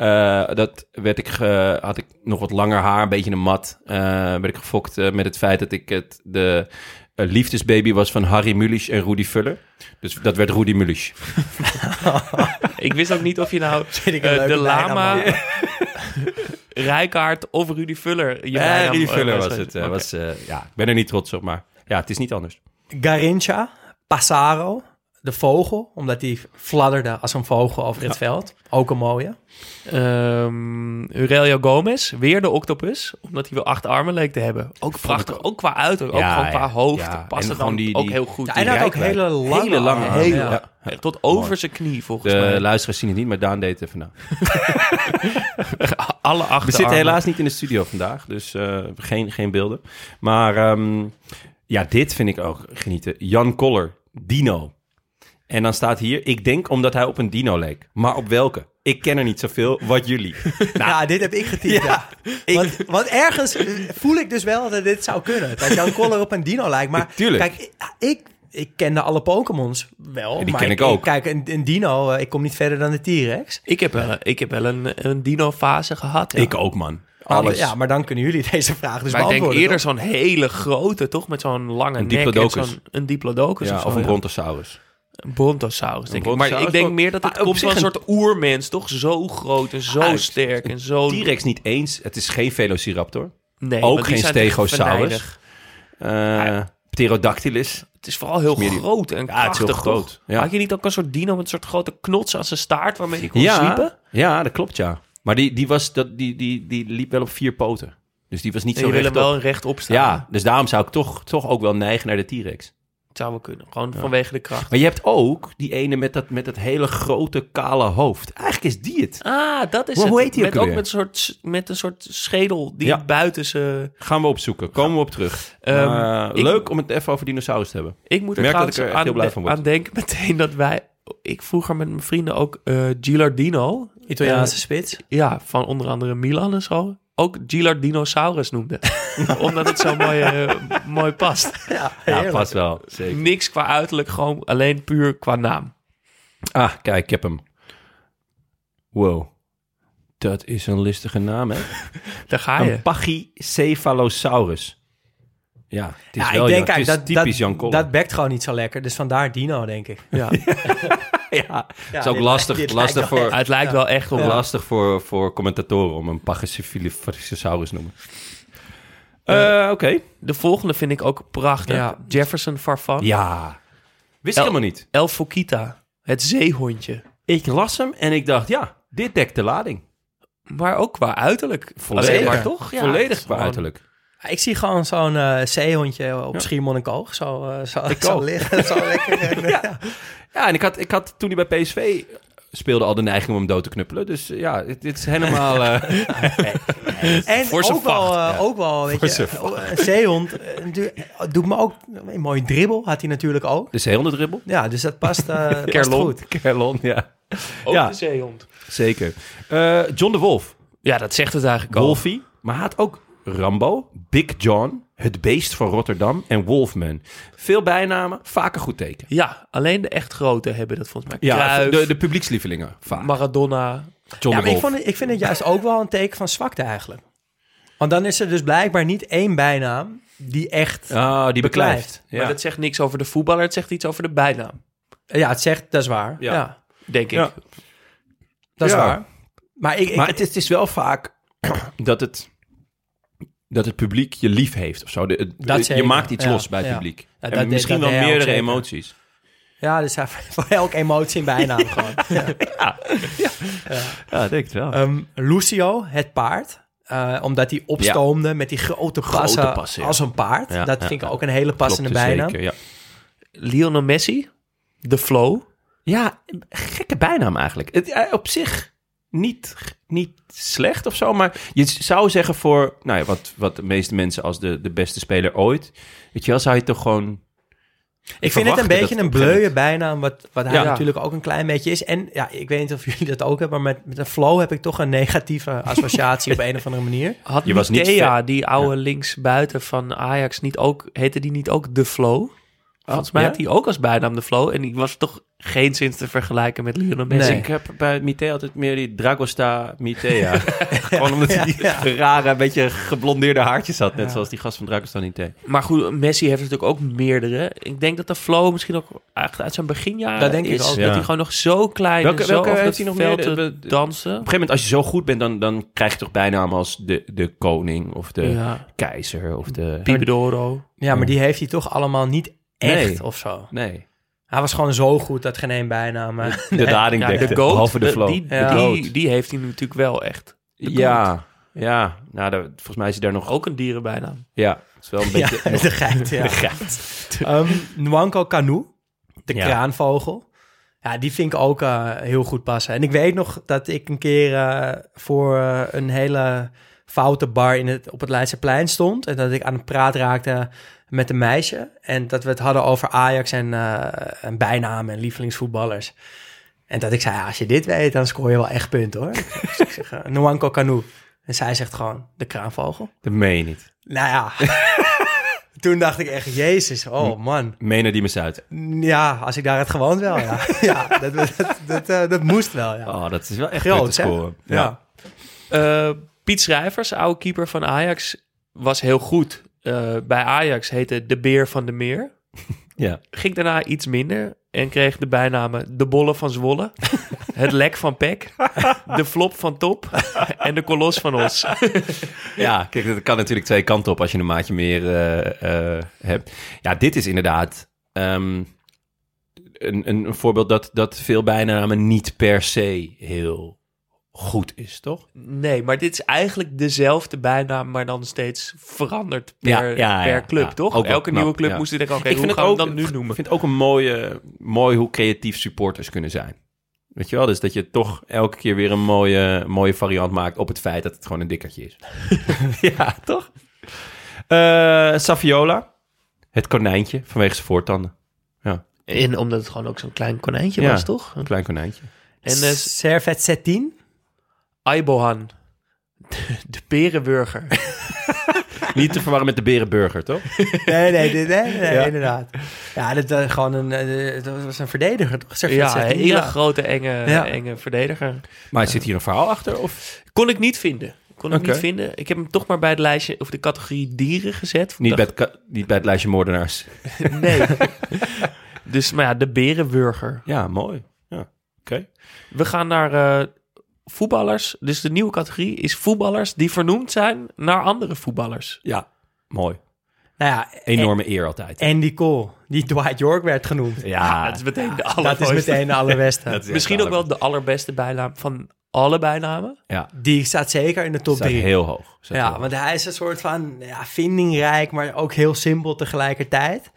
Had ik nog wat langer haar, een beetje een mat. Werd ik gefokt met het feit dat ik de liefdesbaby was van Harry Mulisch en Rudy Vuller. Dus dat werd Rudy Mulisch. Ik wist ook niet of je nou de lama... Rijkaard of Rudy Vuller. Rudy Vuller was het. Ik ben er niet trots op, maar het is niet anders. Garincha, Passaro, de vogel, omdat die fladderde als een vogel over het veld. Ook een mooie. Aurelio Gomez, weer de octopus, omdat hij wel 8 armen leek te hebben. Ook prachtig, ook qua uiterlijk, ook gewoon qua hoofd. Past het dan ook heel goed. Ja, en hij had ook hele lange tot over zijn knie, volgens mij. De luisteraars zien het niet, maar Daan deed het even na. Alle 8 We zitten helaas niet in de studio vandaag, dus geen beelden. Maar dit vind ik ook genieten. Jan Koller, Dino. En dan staat hier, ik denk omdat hij op een dino leek. Maar op welke? Ik ken er niet zoveel, wat jullie. Nou, dit heb ik getypt, Want ergens voel ik dus wel dat dit zou kunnen. Dat Jan Koller op een dino lijkt. Maar tuurlijk. Kijk, ik ik kende alle Pokémons wel. Ja, die maar ken ik ook. Kijk, een dino, ik kom niet verder dan de T-Rex. Ik heb wel een dino-fase gehad. Ja. Ik ook, man. Alles. Ja, maar dan kunnen jullie deze vraag dus maar ik denk beantwoorden. eerder zo'n hele grote, toch? Met zo'n lange Een nek. Diplodocus. Een Diplodocus Ja, of zo. of een ja. Brontosaurus. Een Brontosaurus, denk ik. Maar Brontosaurus ik denk wel- meer dat het Maar op komt van zich een soort oermens, toch? Zo groot en zo sterk en zo... T-Rex niet eens. Het is geen Velociraptor. Nee, Ook want die geen zijn echt Stegosaurus. venijnig. Pterodactylus. Het is vooral heel Smeer die- groot en Ja, het is krachtig, heel groot. toch? Ja. Had je niet ook een soort dino met een soort grote knots aan zijn staart waarmee je kon Ja, zwiepen? ja, dat klopt, ja. Maar die liep wel op 4 poten. Dus die was niet En zo je wil hem rechtop. wel rechtop staan. Ja, dus daarom zou ik toch ook wel neigen naar de T-Rex. Het zou wel kunnen. Gewoon vanwege de kracht. Maar je hebt ook die ene met dat hele grote kale hoofd. Eigenlijk is die het. Ah, dat is Hoe het. heet die ook ook alweer? met een soort schedel die Ja. buiten ze... Gaan we opzoeken. Komen we op terug. Leuk om het even over dinosaurus te hebben. Ik moet er Merk dat trouwens ik er echt heel blij van word. aan denken meteen dat ik vroeger met mijn vrienden ook Gilardino... Italiaanse spits. Ja, van onder andere Milan en zo. Ook Gilardinosaurus noemde. Omdat het zo mooi past. Ja, past wel. Zeker. Niks qua uiterlijk, gewoon alleen puur qua naam. Ah, kijk, ik heb hem. Wow. Dat is een listige naam, hè? Daar ga je. Een Pachycephalosaurus. Ja, het is Ja, wel ik denk, het kijk, is dat, typisch Jan Koller. dat bekt gewoon niet zo lekker. Dus vandaar dino, denk ik. Ja. Ja, het is ook dit lastig, lijkt lastig wel voor... echt. Het lijkt wel echt op... Lastig voor commentatoren om een Pachycephalosaurus te noemen. Oké. De volgende vind ik ook prachtig. Ja. Jefferson Farfan. Ja. Wist ik helemaal niet. El Foquita. Het zeehondje. Ik las hem en ik dacht, ja, dit dekt de lading. Maar ook qua uiterlijk. Volledig. Alleen maar toch? Ja, het Volledig is qua gewoon- uiterlijk. Ik zie gewoon zo'n zeehondje op Schiermonnikoog. Zo ook. liggen, zo lekker. Ja, en ik had toen hij bij PSV speelde al de neiging om hem dood te knuppelen. Dus ja, dit is helemaal... En Voor zijn ook wel, vacht, ja. ook wel, weet Voor je, zijn vacht. een zeehond doet me ook een mooie dribbel. Had hij natuurlijk ook. de zeehondendribbel. Ja, dus dat past, past Kerlon. goed. Kerlon, ja. Ook Ja. de zeehond. Zeker. John de Wolf. Ja, dat zegt het eigenlijk al. Wolfie. Maar hij had ook Rambo, Big John, Het Beest van Rotterdam en Wolfman. Veel bijnamen, vaak een goed teken. Ja, alleen de echt grote hebben dat volgens mij. Ja, Cruijff, de publiekslievelingen vaak. Maradona. John Ja, de maar Wolf. ik vind het juist ook wel een teken van zwakte eigenlijk. Want dan is er dus blijkbaar niet één bijnaam die echt... Ah, die beklijft. Maar Ja. dat zegt niks over de voetballer. Het zegt iets over de bijnaam. Ja, het zegt, dat is waar. Ja. Ja, Denk ik. Ja. dat is Ja. waar. Maar Maar het is wel vaak dat het publiek je lief heeft of zo. Dat je zeker. maakt iets Ja, los bij het ja. publiek. Ja, en dat- misschien dat wel deed hij ook meerdere zeker. emoties. Ja, dus hij voor elke emotie een bijnaam gewoon. Ja, denk het wel. Lucio, het paard. Omdat hij opstoomde met die grote passen, passen, ja. als een paard. Ja, dat ja, vind ik ja. ook een hele passende Klopt, bijnaam. zeker, ja. Lionel Messi. De Flow. Ja, gekke bijnaam eigenlijk. Op zich niet slecht of zo, maar je zou zeggen voor, nou ja, wat de meeste mensen als de beste speler ooit, weet je wel, zou je toch gewoon... Ik vind het een beetje een bleuwe bleuwe bijnaam, wat hij Ja. natuurlijk ook een klein beetje is. En ja, ik weet niet of jullie dat ook hebben, maar met een flow heb ik toch een negatieve associatie op een of andere manier. Had Je was niet Thea, ver- die oude linksbuiten van Ajax, niet ook, heette die niet ook De Flow? Volgens mij ja? had hij ook als bijnaam De Flow. En die was toch geen zins te vergelijken met Lionel Messi. Nee. Ik heb bij Mitea altijd meer die Dragosta Mitea. Gewoon omdat hij die rare, beetje geblondeerde haartjes had. Net zoals die gast van Dragosta Mitea. Maar goed, Messi heeft natuurlijk ook meerdere. Ik denk dat de Flow misschien ook echt uit zijn beginjaren Dat denk ik is. ook, Dat ja. hij gewoon nog zo klein Welke- en zo welke over heeft het hij nog veld meer? te Op dansen. een gegeven moment, als je zo goed bent, dan krijg je toch bijnamen als de koning of de Ja. keizer of de... Pibedoro. Ja, maar die heeft hij toch allemaal niet echt Nee. of zo. Nee, Hij was gewoon zo goed dat geen één bijnaam. de lading Ja, dekte, de GOAT, behalve de flow. die heeft hij natuurlijk wel echt. De Ja, ja. Nou, volgens mij is hij daar nog... Ook een dierenbijnaam. Ja, het is wel een beetje... Ja, de geit, ja. De geit. Nwanko Kanu, de Ja. kraanvogel. Ja, die vind ik ook heel goed passen. En ik weet nog dat ik een keer voor een hele foute bar op het Leidseplein stond. En dat ik aan het praat raakte met een meisje. En dat we het hadden over Ajax en bijnamen en lievelingsvoetballers. En dat ik zei, ja, als je dit weet, dan scoor je wel echt punten, hoor. Dus ik zeg, Nwanko Kanu. En zij zegt gewoon, de kraanvogel. Dat meen je niet. Nou ja, Toen dacht ik echt, jezus, oh man. Menen die me uit. Ja, als ik daar had gewoond wel, ja. Ja, dat moest wel, ja. Oh, dat is wel echt groot, te scoren. Ja. Piet Schrijvers, oude keeper van Ajax, was heel goed. Bij Ajax heette de Beer van de Meer. Ja. Ging daarna iets minder en kreeg de bijnamen de Bollen van Zwolle, het Lek van Pek, de Flop van Top en de Kolos van Os. Ja, kijk, dat kan natuurlijk twee kanten op als je een maatje meer hebt. Ja, dit is inderdaad een voorbeeld dat veel bijnamen niet per se heel goed is, toch? Nee, maar dit is eigenlijk dezelfde bijnaam, maar dan steeds veranderd per club, toch? Ook Elke nieuwe club moest je denken, oké, hoe gaan we hem dan nu noemen? Ik vind het ook een mooi hoe creatief supporters kunnen zijn. Weet je wel? Dus dat je toch elke keer weer een mooie variant maakt op het feit dat het gewoon een dikkertje is. Ja, toch? Saviola, het konijntje vanwege zijn voortanden. Ja. En omdat het gewoon ook zo'n klein konijntje was, toch? Een klein konijntje. En Servet Settin? Aibohan, de berenburger. Niet te verwarren met de berenburger, toch? Nee, inderdaad. Ja, dat was een verdediger, toch? Ja, een hele grote, enge verdediger. Maar zit hier een verhaal achter? Of? Kon ik niet vinden. Ik heb hem toch maar bij het lijstje, of de categorie dieren gezet. Niet bij het lijstje moordenaars. Nee. Dus, maar ja, de berenburger. Ja, mooi. Ja, oké. We gaan naar voetballers. Dus de nieuwe categorie is voetballers die vernoemd zijn naar andere voetballers. Ja, mooi. Nou ja, enorme eer altijd. Andy Cole, die Dwight York werd genoemd. Ja, dat is meteen de allerbeste. Misschien ook wel de allerbeste bijnaam van alle bijnamen. Ja. Die staat zeker in de top 3. Heel hoog. Want hij is een soort van vindingrijk, maar ook heel simpel tegelijkertijd.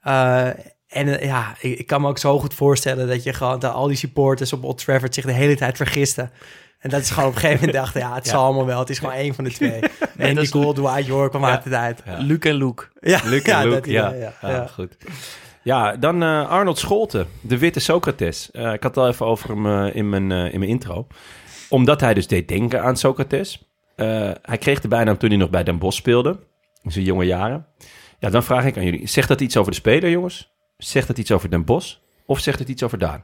Ik kan me ook zo goed voorstellen dat je gewoon dat al die supporters op Old Trafford zich de hele tijd vergisten. En dat is gewoon op een gegeven moment dachten, het zal allemaal wel. Het is gewoon één van de twee. En die Cole, Dwight York kwam uit de tijd. Ja. Luc en Luke. Ja, Luc en Luke, ja, goed. Ja, dan Arnold Scholten, de witte Socrates. Ik had het al even over hem in mijn intro. Omdat hij dus deed denken aan Socrates. Hij kreeg de bijnaam toen hij nog bij Den Bosch speelde. In zijn jonge jaren. Ja, dan vraag ik aan jullie. Zegt dat iets over de speler, jongens? Zegt het iets over Den Bosch? Of zegt het iets over Daan?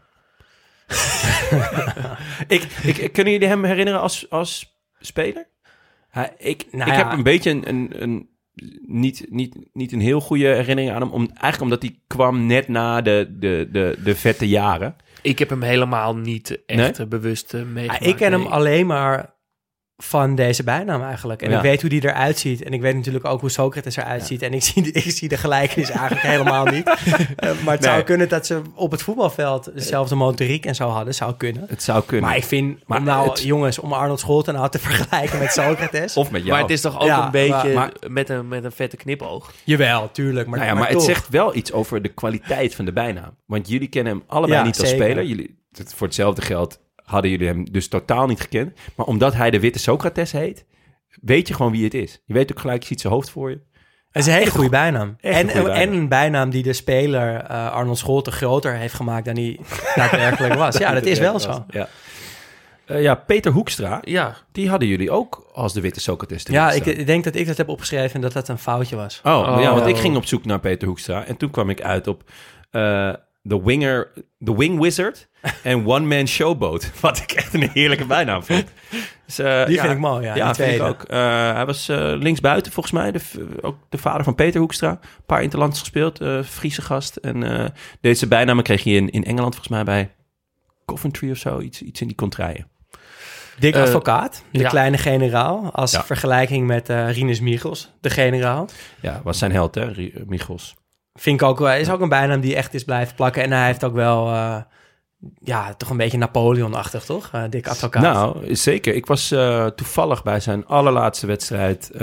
Kunnen jullie hem herinneren als speler? Ik heb een beetje een niet een heel goede herinnering aan hem. Eigenlijk omdat hij kwam net na de vette jaren. Ik heb hem helemaal niet echt bewust meegemaakt. Ik ken hem alleen maar van deze bijnaam eigenlijk. En ik weet hoe die eruit ziet. En ik weet natuurlijk ook hoe Socrates eruit ziet. En ik zie de gelijkenis eigenlijk helemaal niet. Maar het zou kunnen dat ze op het voetbalveld dezelfde motoriek en zo hadden. Zou kunnen. Het zou kunnen. Maar ik vind, om Arnold Scholten nou te vergelijken met Socrates. Of met jou. Maar het is toch ook een beetje met een vette knipoog. Jawel, tuurlijk. Maar het zegt wel iets over de kwaliteit van de bijnaam. Want jullie kennen hem allebei niet als speler. Voor hetzelfde geld hadden jullie hem dus totaal niet gekend. Maar omdat hij de witte Socrates heet, weet je gewoon wie het is. Je weet ook gelijk, je ziet zijn hoofd voor je. Het is een hele goede bijnaam. En een bijnaam die de speler Arnold Scholten groter heeft gemaakt dan hij daadwerkelijk was. Ja, dat is wel zo. Ja. Peter Hoekstra, die hadden jullie ook als de witte Socrates. Ja, ik denk dat ik dat heb opgeschreven en dat een foutje was. Want ik ging op zoek naar Peter Hoekstra en toen kwam ik uit op The Wing Wizard en One Man Showboat. Wat ik echt een heerlijke bijnaam vind. Dus, die vind ik mooi, Ja, vind ik ook. Hij was linksbuiten volgens mij. Ook de vader van Peter Hoekstra. Een paar interlands gespeeld. Friese gast. En deze bijnamen kreeg je in Engeland volgens mij bij Coventry of zo. Iets in die contraien. Dick Advocaat, de kleine generaal. Als vergelijking met Rinus Michels, de generaal. Ja, was zijn held, hè, Michels. Vind ik ook, is ook een bijnaam die echt is blijven plakken. En hij heeft ook wel, toch een beetje Napoleon-achtig, toch? Dick Advocaat. Nou, zeker. Ik was toevallig bij zijn allerlaatste wedstrijd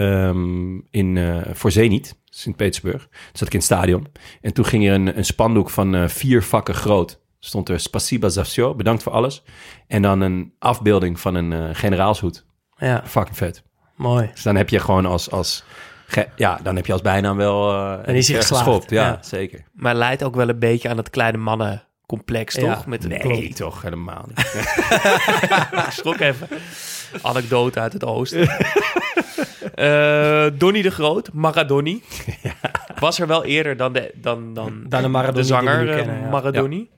voor Zenit, Sint-Petersburg. Toen zat ik in het stadion. En toen ging er een spandoek van 4 vakken groot. Stond er Spasiba za vsjo, bedankt voor alles. En dan een afbeelding van een generaalshoed. Ja. Fucking vet. Mooi. Dus dan heb je gewoon dan heb je als bijnaam wel... en is hij geslaagd. Ja, zeker. Maar leidt ook wel een beetje aan het kleine mannen complex, Ja. toch? Met Nee, toch helemaal niet. Ik schrok even. Anekdote uit het oosten. Donnie de Groot, Maradoni. Was er wel eerder dan de Maradoni de zanger die we nu kennen, ja. Maradoni.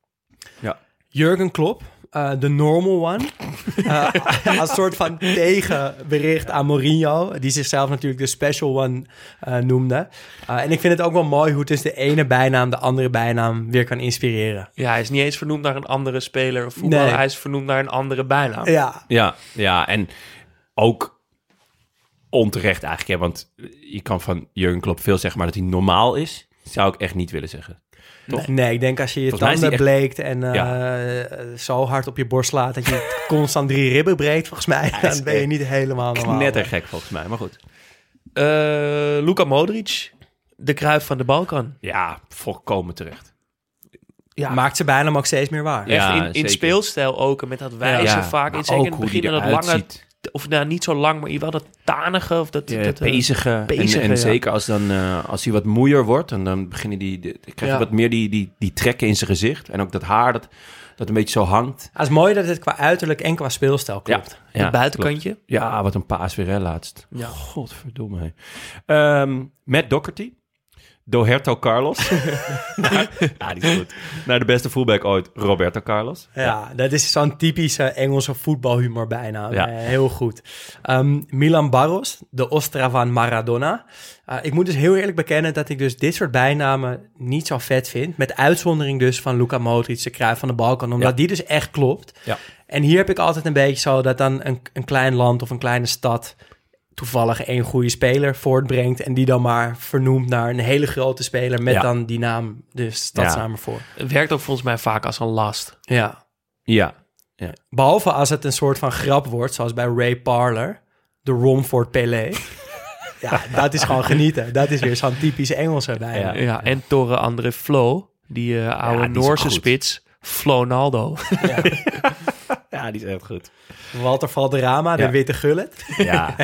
Jurgen Klopp, de normal one. Als soort van tegenbericht aan Mourinho, die zichzelf natuurlijk de special one noemde. En ik vind het ook wel mooi hoe dus de ene bijnaam de andere bijnaam weer kan inspireren. Ja, hij is niet eens vernoemd naar een andere speler of voetballer. Nee. Hij is vernoemd naar een andere bijnaam. Ja, En ook onterecht eigenlijk. Hè, want je kan van Jurgen Klopp veel zeggen, maar dat hij normaal is, zou ik echt niet willen zeggen. Toch? Nee, ik denk als je je Volgens mij is tanden die bleekt en zo hard op je borst slaat dat je constant 3 ribben breekt, volgens mij, dan ben je niet helemaal normaal. Knettergek volgens mij, maar goed. Luka Modric, de Cruijff van de Balkan. Ja, volkomen terecht. Ja, Maakt ze bijna ook steeds meer waar. Ja, echt in zeker. speelstijl ook. En met dat wijze vaak. maar En zeker in ook het hoe begin die en dat eruit lange... ziet. Of nou, niet zo lang, maar wel dat tanige. Of dat, Pezige. En ja. zeker als hij wat moeier wordt, en dan beginnen dan krijg je wat meer die trekken in zijn gezicht. En ook dat haar dat een beetje zo hangt. Het is mooi dat het qua uiterlijk en qua speelstijl klopt. Het buitenkantje. Klopt. Ja, wat een paas weer laatst. Ja. Godverdomme. Matt Doherty. Doherto Carlos. Ja, die is goed. Naar de beste fullback ooit, Roberto Carlos. Ja, dat is zo'n typische Engelse voetbalhumor bijna. Ja. Heel goed. Milan Barros, de Ostra van Maradona. Ik moet dus heel eerlijk bekennen dat ik dus dit soort bijnamen niet zo vet vind. Met uitzondering dus van Luka Modric, de Cruijff van de Balkan. Omdat die dus echt klopt. Ja. En hier heb ik altijd een beetje zo dat dan een klein land of een kleine stad toevallig één goede speler voortbrengt en die dan maar vernoemt naar een hele grote speler met dan die naam, de stadsnaam ervoor. Het werkt ook volgens mij vaak als een last. Ja. Ja. Behalve als het een soort van grap wordt, zoals bij Ray Parler, de Romford Pelé. Ja, dat is gewoon genieten. Dat is weer zo'n typisch Engelse bijna. Ja. En Torre André Flo, die oude die is Noorse goed. spits, Flonaldo. Ja, die is echt goed. Walter Valderrama, de witte gullet. Ja.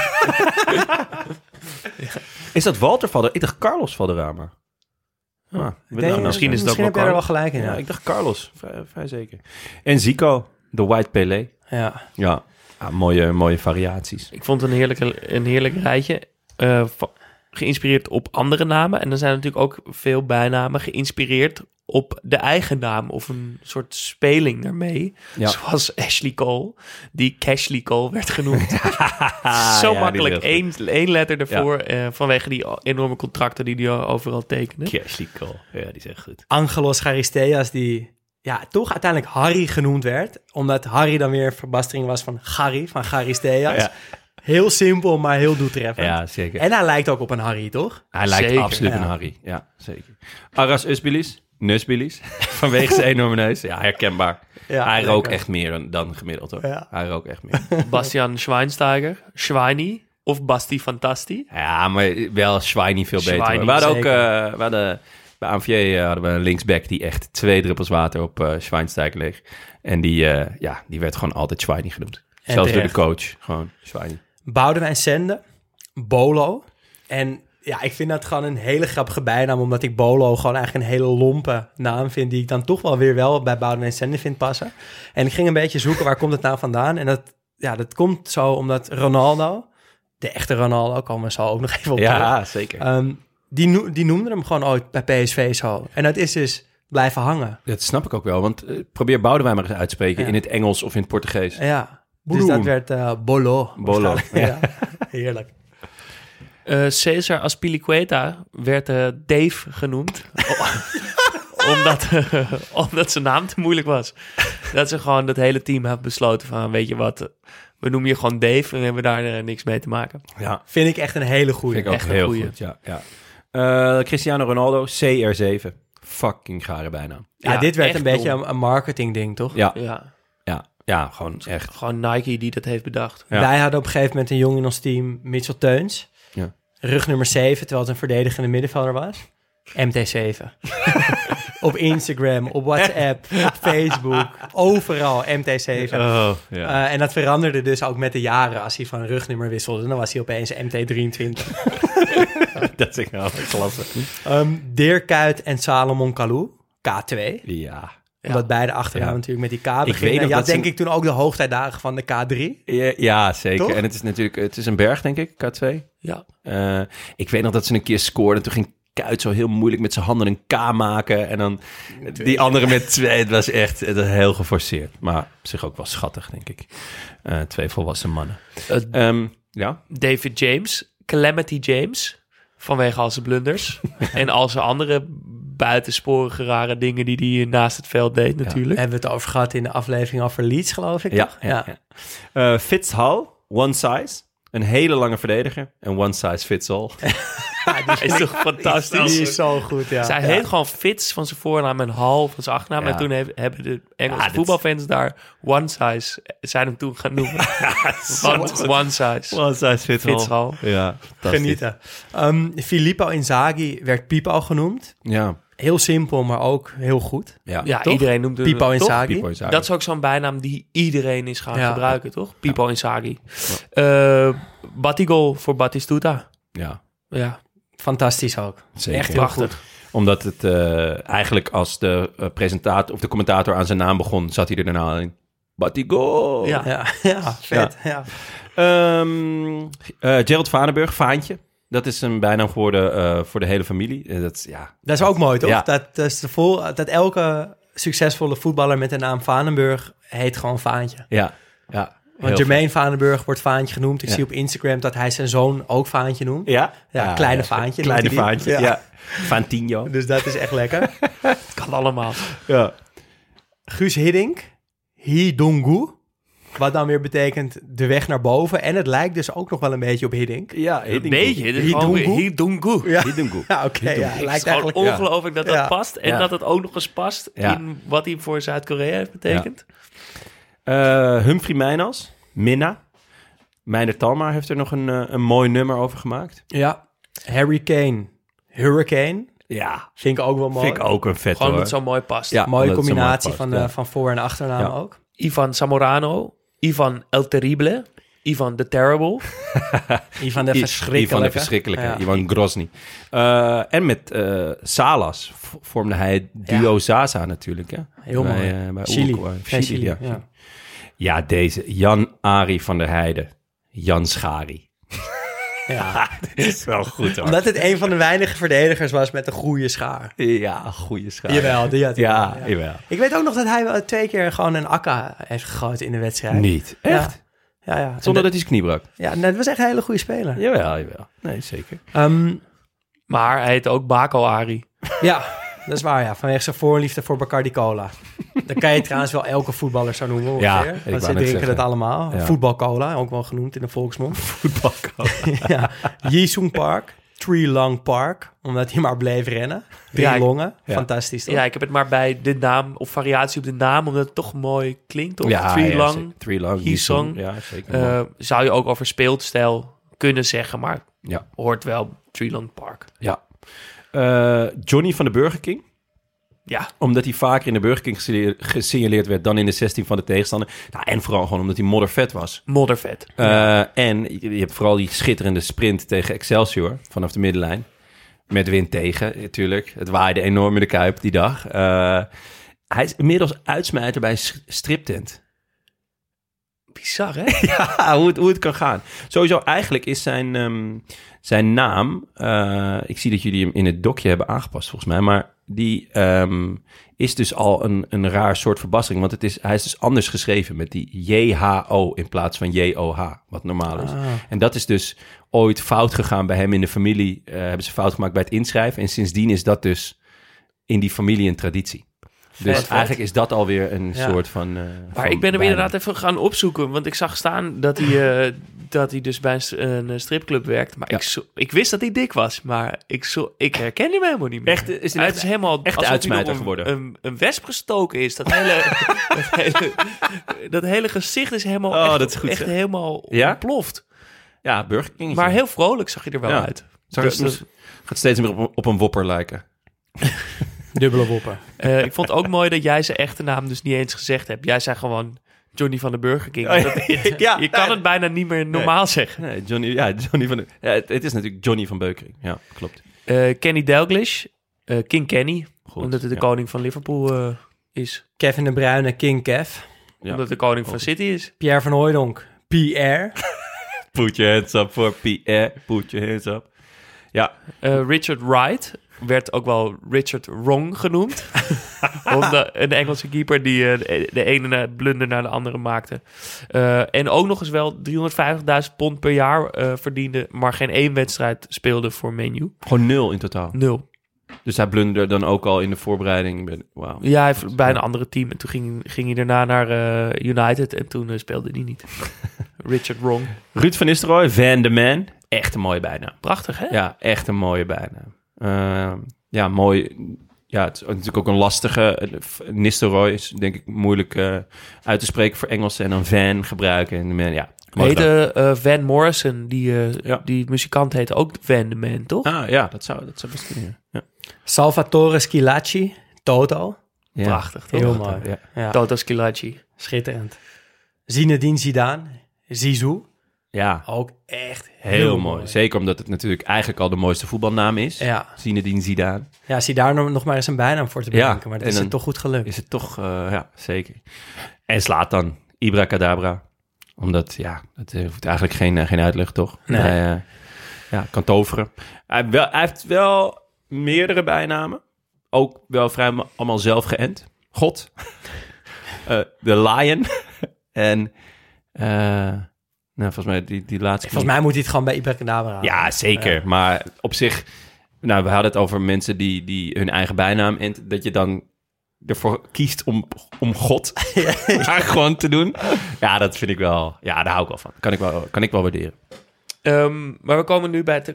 Is dat Walter Valder? Ik dacht Carlos Valderrama. Misschien is het ook wel heb je er wel Carlos. gelijk in. Ja, Ja. ik dacht Carlos. Vrij zeker. En Zico, de White Pelé. Ja. Ja, mooie variaties. Ik vond het een heerlijk rijtje. Geïnspireerd op andere namen. En er zijn natuurlijk ook veel bijnamen geïnspireerd op de eigen naam of een soort speling daarmee. Ja. Zoals Ashley Cole, die Cashley Cole werd genoemd. Zo ja, makkelijk, die is één letter ervoor vanwege die enorme contracten die hij overal tekende. Cashley Cole. Ja, die is echt goed. Angelos Charisteas, die toch uiteindelijk Harry genoemd werd. Omdat Harry dan weer een verbastering was van Gary, van Charisteas. Ja. Heel simpel, maar heel doeltreffend. Ja, zeker. En hij lijkt ook op een Harry, toch? Hij lijkt Zeker, absoluut ja. een Harry. Ja, zeker. Aras Usbilis. Nusbilis. Vanwege zijn enorme neus. Ja, herkenbaar. Ja, hij lekker. rook echt meer dan gemiddeld, hoor. Ja. Hij rook echt meer. Bastian Schweinsteiger, Schweini of Basti Fantasti. Ja, maar wel Schweini veel beter. Schweini, hoor. We hadden ook... zeker. Bij ANVJ hadden we een linksback die echt 2 druppels water op Schweinsteiger leeg. En die werd gewoon altijd Schweini genoemd. En Zelfs door terecht. de coach. Gewoon Schweini. Boudewijn Sende, Bolo. En ja, ik vind dat gewoon een hele grappige bijnaam, omdat ik Bolo gewoon eigenlijk een hele lompe naam vind, die ik dan toch wel bij Boudewijn Sende vind passen. En ik ging een beetje zoeken, waar komt het nou vandaan? En dat komt zo omdat Ronaldo, de echte Ronaldo, komen we zo ook nog even op terug. Ja, zeker. Die noemde hem gewoon ooit bij PSV zo. En dat is dus blijven hangen. Dat snap ik ook wel, want probeer Boudewijn maar eens uit te spreken Ja. in het Engels of in het Portugees. Ja, dus Boedoem. dat werd Bolo. Bolo, Ja. Heerlijk. Cesar Azpilicueta werd Dave genoemd. omdat zijn naam te moeilijk was. Dat ze gewoon dat hele team hebben besloten van, weet je wat, we noemen je gewoon Dave en hebben daar niks mee te maken. Ja, Vind ik echt een hele goeie. vind ik ook echt een heel goeie. goed. Ja. Cristiano Ronaldo, CR7. Fucking gare bijnaam. Ja, dit werd echt een beetje dom. een marketing ding, toch? Ja, Ja, gewoon echt. gewoon Nike die dat heeft bedacht. Ja. Wij hadden op een gegeven moment een jongen in ons team, Mitchell Teuns. Ja. Rug nummer 7, terwijl het een verdedigende middenvelder was. MT7. Op Instagram, op WhatsApp, op Facebook. Overal MT7. Oh, ja. En dat veranderde dus ook met de jaren. Als hij van rugnummer wisselde, dan was hij opeens MT23. Dat is wel klasse. Dirk Kuyt en Salomon Kalou. K2. Ja. Omdat beide achternaam natuurlijk met die K beginnen. weet nog Je had dat denk ik toen ook de hoogtijdagen van de K3. Ja, zeker. Toch? En het is een berg, denk ik, K2. Ja. Ik weet nog dat ze een keer scoorden. Toen ging Kuyt zo heel moeilijk met zijn handen een K maken. En dan die andere met 2. Het was echt heel geforceerd. Maar op zich ook wel schattig, denk ik. 2 volwassen mannen. Ja? David James, Calamity James, vanwege al zijn blunders. En al zijn andere buitensporige rare dingen die hij naast het veld deed natuurlijk. Hebben we het over gehad in de aflevering over Leeds, geloof ik. Ja. Toch? Ja. Fitz Hall, one size. Een hele lange verdediger. En one size fits all. Dat is toch fantastisch? Die is zo goed, ja. Zij heet gewoon Fitz van zijn voornaam en Hall van zijn achternaam. Ja. En toen hebben de Engelse voetbalfans daar One Size zijn hem toen gaan noemen. One Size. One size fits Hall. Ja, Genieten. Filippo Inzaghi werd Pipo genoemd. Ja. Heel simpel, maar ook heel goed. Ja, Toch? iedereen noemt hem Pipo toch? Inzaghi. Pipo Inzaghi. Dat is ook zo'n bijnaam die iedereen is gaan gebruiken, toch? Pipo Inzaghi. Batigol voor Batistuta. Ja, Ja, Fantastisch ook. zeker. Echt heel prachtig. goed. Omdat het eigenlijk als de presentator of de commentator aan zijn naam begon, zat hij er daarna in. Batigol! Ja. Ja, vet. Ja. Gerald Vanenburg, Vaantje. Dat is een bijnaam geworden voor de hele familie. Dat Dat is ook mooi, toch? Ja. Dat elke succesvolle voetballer met de naam Vanenburg heet gewoon Vaantje. Ja. Want Jermaine Vanenburg wordt Vaantje genoemd. Ik zie op Instagram dat hij zijn zoon ook Vaantje noemt. Ja? Kleine Vaantje. Kleine noemt hij die. Vaantje, ja. Fantino. Dus dat is echt lekker. Het kan allemaal. Ja. Guus Hiddink, Hidongu. Wat dan weer betekent de weg naar boven. En het lijkt dus ook nog wel een beetje op Hiddink. Ja, Weet je, dit is gewoon weer Hidongu. Ja, Hidongu. ja oké. Ja, Het is lijkt gewoon eigenlijk... ongelooflijk dat dat Ja. past. En Ja. dat het ook nog eens past Ja. in wat hij voor Zuid-Korea heeft betekend. Humphrey Mijnals, Minna. Meijner Talma heeft er nog een mooi nummer over gemaakt. Ja. Harry Kane, Hurricane. Ja, Vind ik ook wel mooi. vind ik ook een vet Gewoon hoor. dat het zo mooi past. Ja. Mooie omdat het zo combinatie mooi past, van voor- en achternaam Ja. ook. Ivan Zamorano, Ivan El Terrible, Ivan the Terrible. Ivan de Verschrikkelijke. Ivan de Verschrikkelijke, Ja. Ivan Grozny. En met Salas vormde hij duo Zaza natuurlijk. Hè? Heel mooi. Bij Chili. Uruguay. Ja, Chili, ja. ja. Ja, deze. Jan-Arie van der Heijden. Jan Schari. Ja. Dit is wel goed hoor. Omdat het een van de weinige verdedigers was met een goede schaar. Ja, goede Schari. Jawel, die had hij Ja, wel, jawel. Ik weet ook nog dat hij wel 2 keer gewoon een akka heeft gegooid in de wedstrijd. Niet. Echt? Ja. Zonder dat hij zijn knie brak. Ja, dat was echt een hele goede speler. Jawel. Nee, zeker. Maar hij heet ook Bako Ari. Ja, dat is waar, ja. Vanwege zijn voorliefde voor Bacardi Cola. Dan kan je trouwens wel elke voetballer zo noemen ongeveer. Ja, ik Want wou ze net drinken zeggen. dat allemaal. Ja. Voetbalcola, ook wel genoemd in de volksmond. Voetbalcola. Ja. Jisung Park, Tree Long Park. Omdat hij maar bleef rennen. 3 Ja, longen. ja. Fantastisch, toch? Ja, ik heb het maar bij de naam of variatie op de naam, omdat het toch mooi klinkt. Of zeker. Three Long. Hee-sung. Ja, zeker. Zou je ook over speelstijl kunnen zeggen, maar Ja. hoort wel Tree Long Park. Ja. Johnny van de Burger King. Ja, Omdat hij vaker in de Burger King gesignaleerd werd dan in de 16 van de tegenstander. Nou, en vooral gewoon omdat hij moddervet was. moddervet. En je hebt vooral die schitterende sprint tegen Excelsior vanaf de middenlijn. Met wind tegen, natuurlijk. Het waaide enorm in de Kuip die dag. Hij is inmiddels uitsmijter bij striptent. Bizar, hè? Ja, hoe het kan gaan. Sowieso, eigenlijk is zijn naam... ik zie dat jullie hem in het dokje hebben aangepast, volgens mij. Maar die is dus al een raar soort verbastering. Want hij is dus anders geschreven met die JHO in plaats van JOH, wat normaal is. En dat is dus ooit fout gegaan bij hem in de familie. Hebben ze fout gemaakt bij het inschrijven. En sindsdien is dat dus in die familie een traditie. Dus Vet. eigenlijk is dat alweer een soort van... Maar ik ben hem inderdaad even gaan opzoeken, want ik zag staan dat hij dus bij een stripclub werkt. Maar ik wist dat hij dik was, maar ik herken hem helemaal niet meer. Echt, is hij Het is helemaal echt alsof uitsmijter hij door geworden. Een wesp gestoken is. Dat hele gezicht is helemaal dat is goed, echt zeg. helemaal Ja? ontploft. Ja, Burger King. Maar heel vrolijk zag je er wel Ja. uit. Dus gaat steeds meer op een wopper lijken. Dubbele woppen. Ik vond het ook mooi dat jij zijn echte naam dus niet eens gezegd hebt. Jij zei gewoon Johnny van de Burger King. Ja. Je kan het bijna niet meer normaal zeggen. Nee, Johnny van het is natuurlijk Johnny van Beukering. Ja, klopt. Kenny Dalglish, King Kenny. Goed, Omdat het de koning van Liverpool is. Kevin De Bruyne, King Kev. Ja. Omdat de koning van City is. Pierre van Hooijdonk, Pierre. Put your hands up voor Pierre. Put your hands up. Ja. Richard Wright werd ook wel Richard Wrong genoemd. Omdat een Engelse keeper die de ene blunder naar de andere maakte. En ook nog eens wel £350.000 per jaar verdiende, maar geen 1 wedstrijd speelde voor Man U. Gewoon 0 in totaal. 0. Dus hij blunderde dan ook al in de voorbereiding. Wauw. Ja, hij heeft bij een andere team. En toen ging hij daarna naar United en toen speelde hij niet. Richard Wrong. Ruud van Nistelrooy, Van de Man. Echt een mooie bijnaam. Prachtig, hè? Ja, echt een mooie bijnaam. Ja, mooi. Ja, het is natuurlijk ook een lastige. Nistelrooy is denk ik moeilijk uit te spreken voor Engelsen. En dan Van gebruiken. En de Man, ja. Heette Van Morrison, die muzikant heette ook Van de Man, toch? Ah ja, dat zou best kunnen. Ja. Salvatore Schilacci, Toto. Ja. Prachtig, toch? Heel mooi. Ja. Ja. Toto Schilacci. Schitterend. Zinedine Zidane, Zizou. Ja, Ook echt heel mooi. Zeker omdat het natuurlijk eigenlijk al de mooiste voetbalnaam is. Ja. Zinedine Zidane. Ja, als hij daar nog maar eens een bijnaam voor te bedenken. Maar dat en is dan het toch goed gelukt. Is het toch, ja, zeker. En Zlatan, Ibrakadabra. Omdat, ja, dat hoeft eigenlijk geen uitleg, toch? Nee. Hij kan toveren. Hij heeft wel meerdere bijnamen. Ook wel vrij allemaal zelf geënt. God. De Lion. En, volgens mij die laatste... Volgens mij moet hij het gewoon bij Ibrakadabra halen. Ja, zeker. Ja. Maar op zich... Nou, we hadden het over mensen die hun eigen bijnaam... en dat je dan ervoor kiest om God maar gewoon te doen. Ja, dat vind ik wel... Ja, daar hou ik wel van. Kan ik wel waarderen. Maar we komen nu bij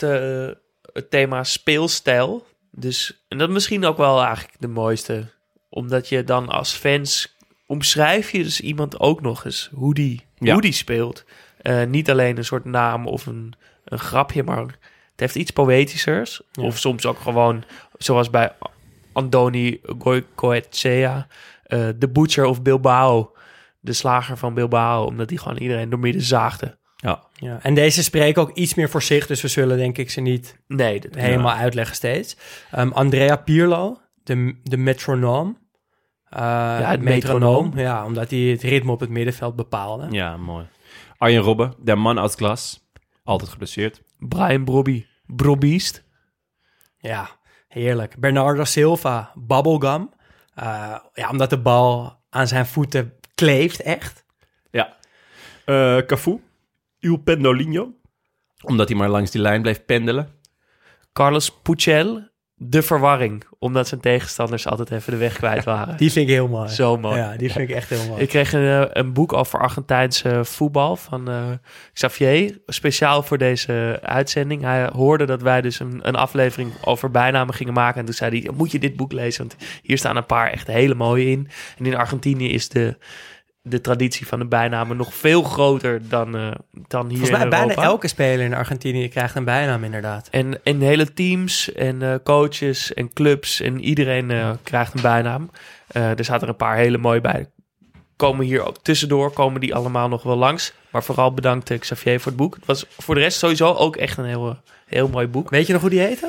het thema speelstijl. Dus, en dat is misschien ook wel eigenlijk de mooiste. Omdat je dan als fans... omschrijf je dus iemand ook nog eens hoe die speelt. Niet alleen een soort naam of een grapje, maar het heeft iets poëtischers. Ja. Of soms ook gewoon, zoals bij Andoni Goicoechea, de butcher of Bilbao, de slager van Bilbao, omdat hij gewoon iedereen doormidden zaagde. Ja. En deze spreken ook iets meer voor zich, dus we zullen denk ik ze niet helemaal uitleggen steeds. Andrea Pirlo, de metronoom. Het metronoom. Ja, omdat hij het ritme op het middenveld bepaalde. Ja, mooi. Arjen Robben, de man uit glas. Altijd geblesseerd. Brian Brobbeest. Ja, heerlijk. Bernardo Silva, bubblegum. Omdat de bal aan zijn voeten kleeft, echt. Ja. Cafu, Il Pendolino. Omdat hij maar langs die lijn bleef pendelen. Carlos Pucel, de verwarring. Omdat zijn tegenstanders altijd even de weg kwijt waren. Die vind ik heel mooi. Zo mooi. Ja, die vind ik echt heel mooi. Ik kreeg een boek over Argentijnse voetbal van Xavier. Speciaal voor deze uitzending. Hij hoorde dat wij dus een aflevering over bijnamen gingen maken. En toen zei hij, moet je dit boek lezen? Want hier staan een paar echt hele mooie in. En in Argentinië is de traditie van de bijnamen nog veel groter dan hier Volgens mij in Europa. bijna elke speler in Argentinië krijgt een bijnaam inderdaad. En hele teams en coaches en clubs en iedereen krijgt een bijnaam. Er zaten er een paar hele mooie bij. Komen hier ook tussendoor, komen die allemaal nog wel langs. Maar vooral bedankt Xavier voor het boek. Het was voor de rest sowieso ook echt een heel mooi boek. Weet je nog hoe die heette?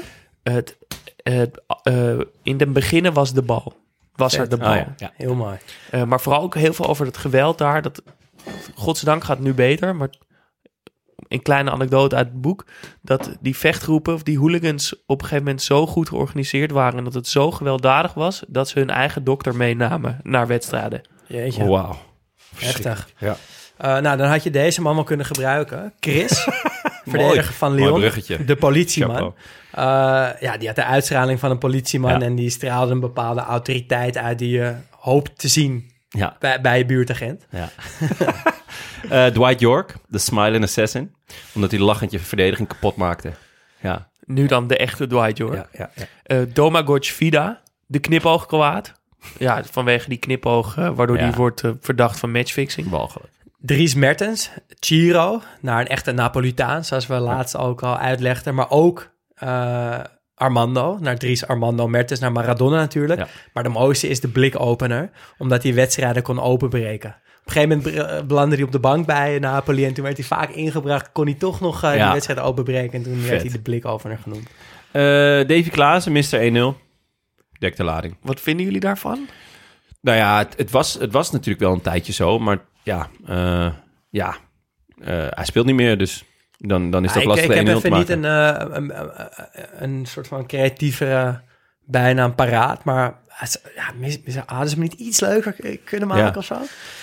In de beginnen was de bal. Er de bal. Ja. Heel mooi. Maar vooral ook heel veel over het geweld daar. Godzijdank gaat het nu beter. Maar een kleine anekdote uit het boek. Dat die vechtgroepen of die hooligans op een gegeven moment zo goed georganiseerd waren. En dat het zo gewelddadig was. Dat ze hun eigen dokter meenamen naar wedstrijden. Jeetje. Wauw. Heftig. Ja. Dan had je deze man wel kunnen gebruiken. Chris, verdediger van Lyon. Mooi bruggetje. De politieman. Die had de uitstraling van een politieman. En die straalde een bepaalde autoriteit uit die je hoopt te zien bij je buurtagent. Ja. Dwight York, de smiling assassin. Omdat hij lachend je verdediging kapot maakte. Ja. Nu dan de echte Dwight York. Ja. Domagoj Vida, de knipoog-kwaad. Ja, vanwege die knipoog, waardoor die wordt verdacht van matchfixing. Walgelijk. Dries Mertens, Ciro, naar een echte Napolitaan, zoals we laatst ook al uitlegden. Maar ook Armando, naar Dries Armando Mertens, naar Maradona natuurlijk. Ja. Maar de mooiste is de blikopener, omdat hij wedstrijden kon openbreken. Op een gegeven moment belandde hij op de bank bij Napoli en toen werd hij vaak ingebracht. Kon hij toch nog die wedstrijd openbreken en toen werd hij de blikopener genoemd. Davy Klaassen, Mr. 1-0. dekte lading. Wat vinden jullie daarvan? Nou ja, het was natuurlijk wel een tijdje zo, maar hij speelt niet meer, dus dan is het ook lastig. Ik heb even niet een soort van creatievere bijnaam paraat, maar hadden ze me niet iets leuker kunnen maken of zo?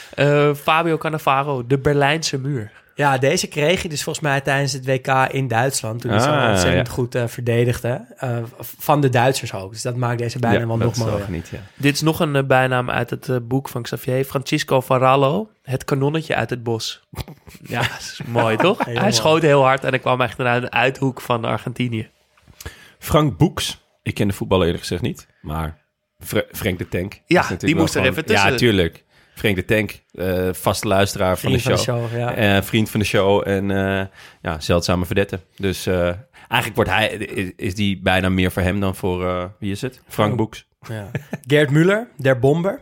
Fabio Cannavaro, de Berlijnse muur. Ja, deze kreeg je dus volgens mij tijdens het WK in Duitsland, toen hij zo ontzettend goed verdedigde. Van de Duitsers ook, dus dat maakt deze bijnaam wel nog mooier. Dit is nog een bijnaam uit het boek van Xavier. Francisco Varallo, het kanonnetje uit het bos. Ja, dat is mooi, toch? Hij schoot heel hard en hij kwam echt uit een uithoek van Argentinië. Frank Boeks, ik ken de voetballer eerlijk gezegd niet, maar Frank de Tank. Ja, die moest er even tussen. Ja, tuurlijk. Frank de Tank, vaste luisteraar van de show. Vriend van de show en zeldzame verdette. Dus eigenlijk is die bijna meer voor hem dan voor, wie is het? Frank Boeks. Ja. Gerd Müller, der Bomber.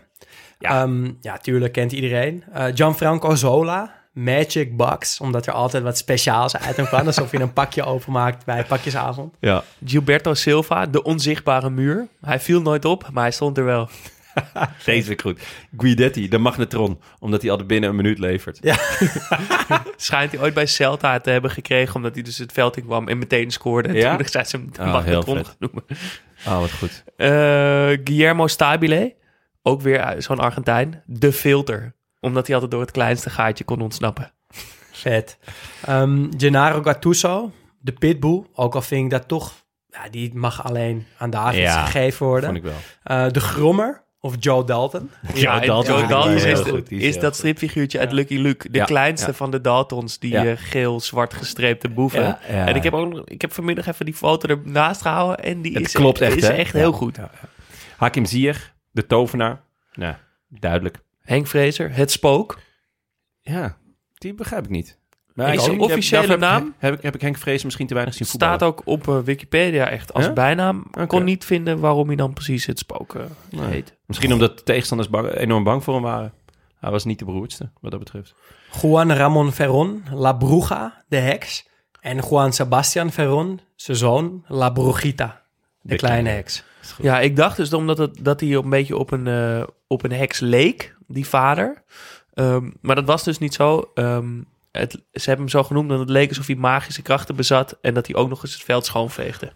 Ja, tuurlijk kent iedereen. Gianfranco Zola, Magic Box, omdat er altijd wat speciaals uit hem kwam. Alsof je een pakje openmaakt bij pakjesavond. Ja. Gilberto Silva, de onzichtbare muur. Hij viel nooit op, maar hij stond er wel. Deze vind ik goed. Guidetti, de magnetron, omdat hij altijd binnen een minuut levert. Ja. Schijnt hij ooit bij Celta te hebben gekregen, omdat hij dus het veld in kwam en meteen scoorde. En toen zijn ze hem de magnetron genoemen. Wat goed. Guillermo Stabile, ook weer zo'n Argentijn, de filter. Omdat hij altijd door het kleinste gaatje kon ontsnappen. Vet. Gennaro Gattuso, de pitbull, ook al vind ik dat toch... Ja, die mag alleen aan Davids gegeven worden. Vond ik wel. De Grommer of Joe Dalton. Joe Dalton is dat stripfiguurtje uit Lucky Luke. De kleinste van de Daltons. Die geel-zwart gestreepte boeven. Ja. En ik heb vanmiddag even die foto ernaast gehouden. En die is echt heel goed. Ja. Hakim Ziyech, de tovenaar. Nou, duidelijk. Henk Vrezer, het spook. Ja, die begrijp ik niet. Maar is een officiële naam? Heb ik Henk Vrees misschien te weinig zien voetballen. Staat ook op Wikipedia echt als bijnaam. Okay. Kon niet vinden waarom hij dan precies het spook heet. Misschien omdat de tegenstanders enorm bang voor hem waren. Hij was niet de beroerdste, wat dat betreft. Juan Ramon Ferron, La Bruja, de heks. En Juan Sebastian Ferron, zijn zoon, La Brujita, de kleine heks. Ja, ik dacht dus dat hij een beetje op een heks leek, die vader. Maar dat was dus niet zo... ze hebben hem zo genoemd dat het leek alsof hij magische krachten bezat... en dat hij ook nog eens het veld schoonveegde.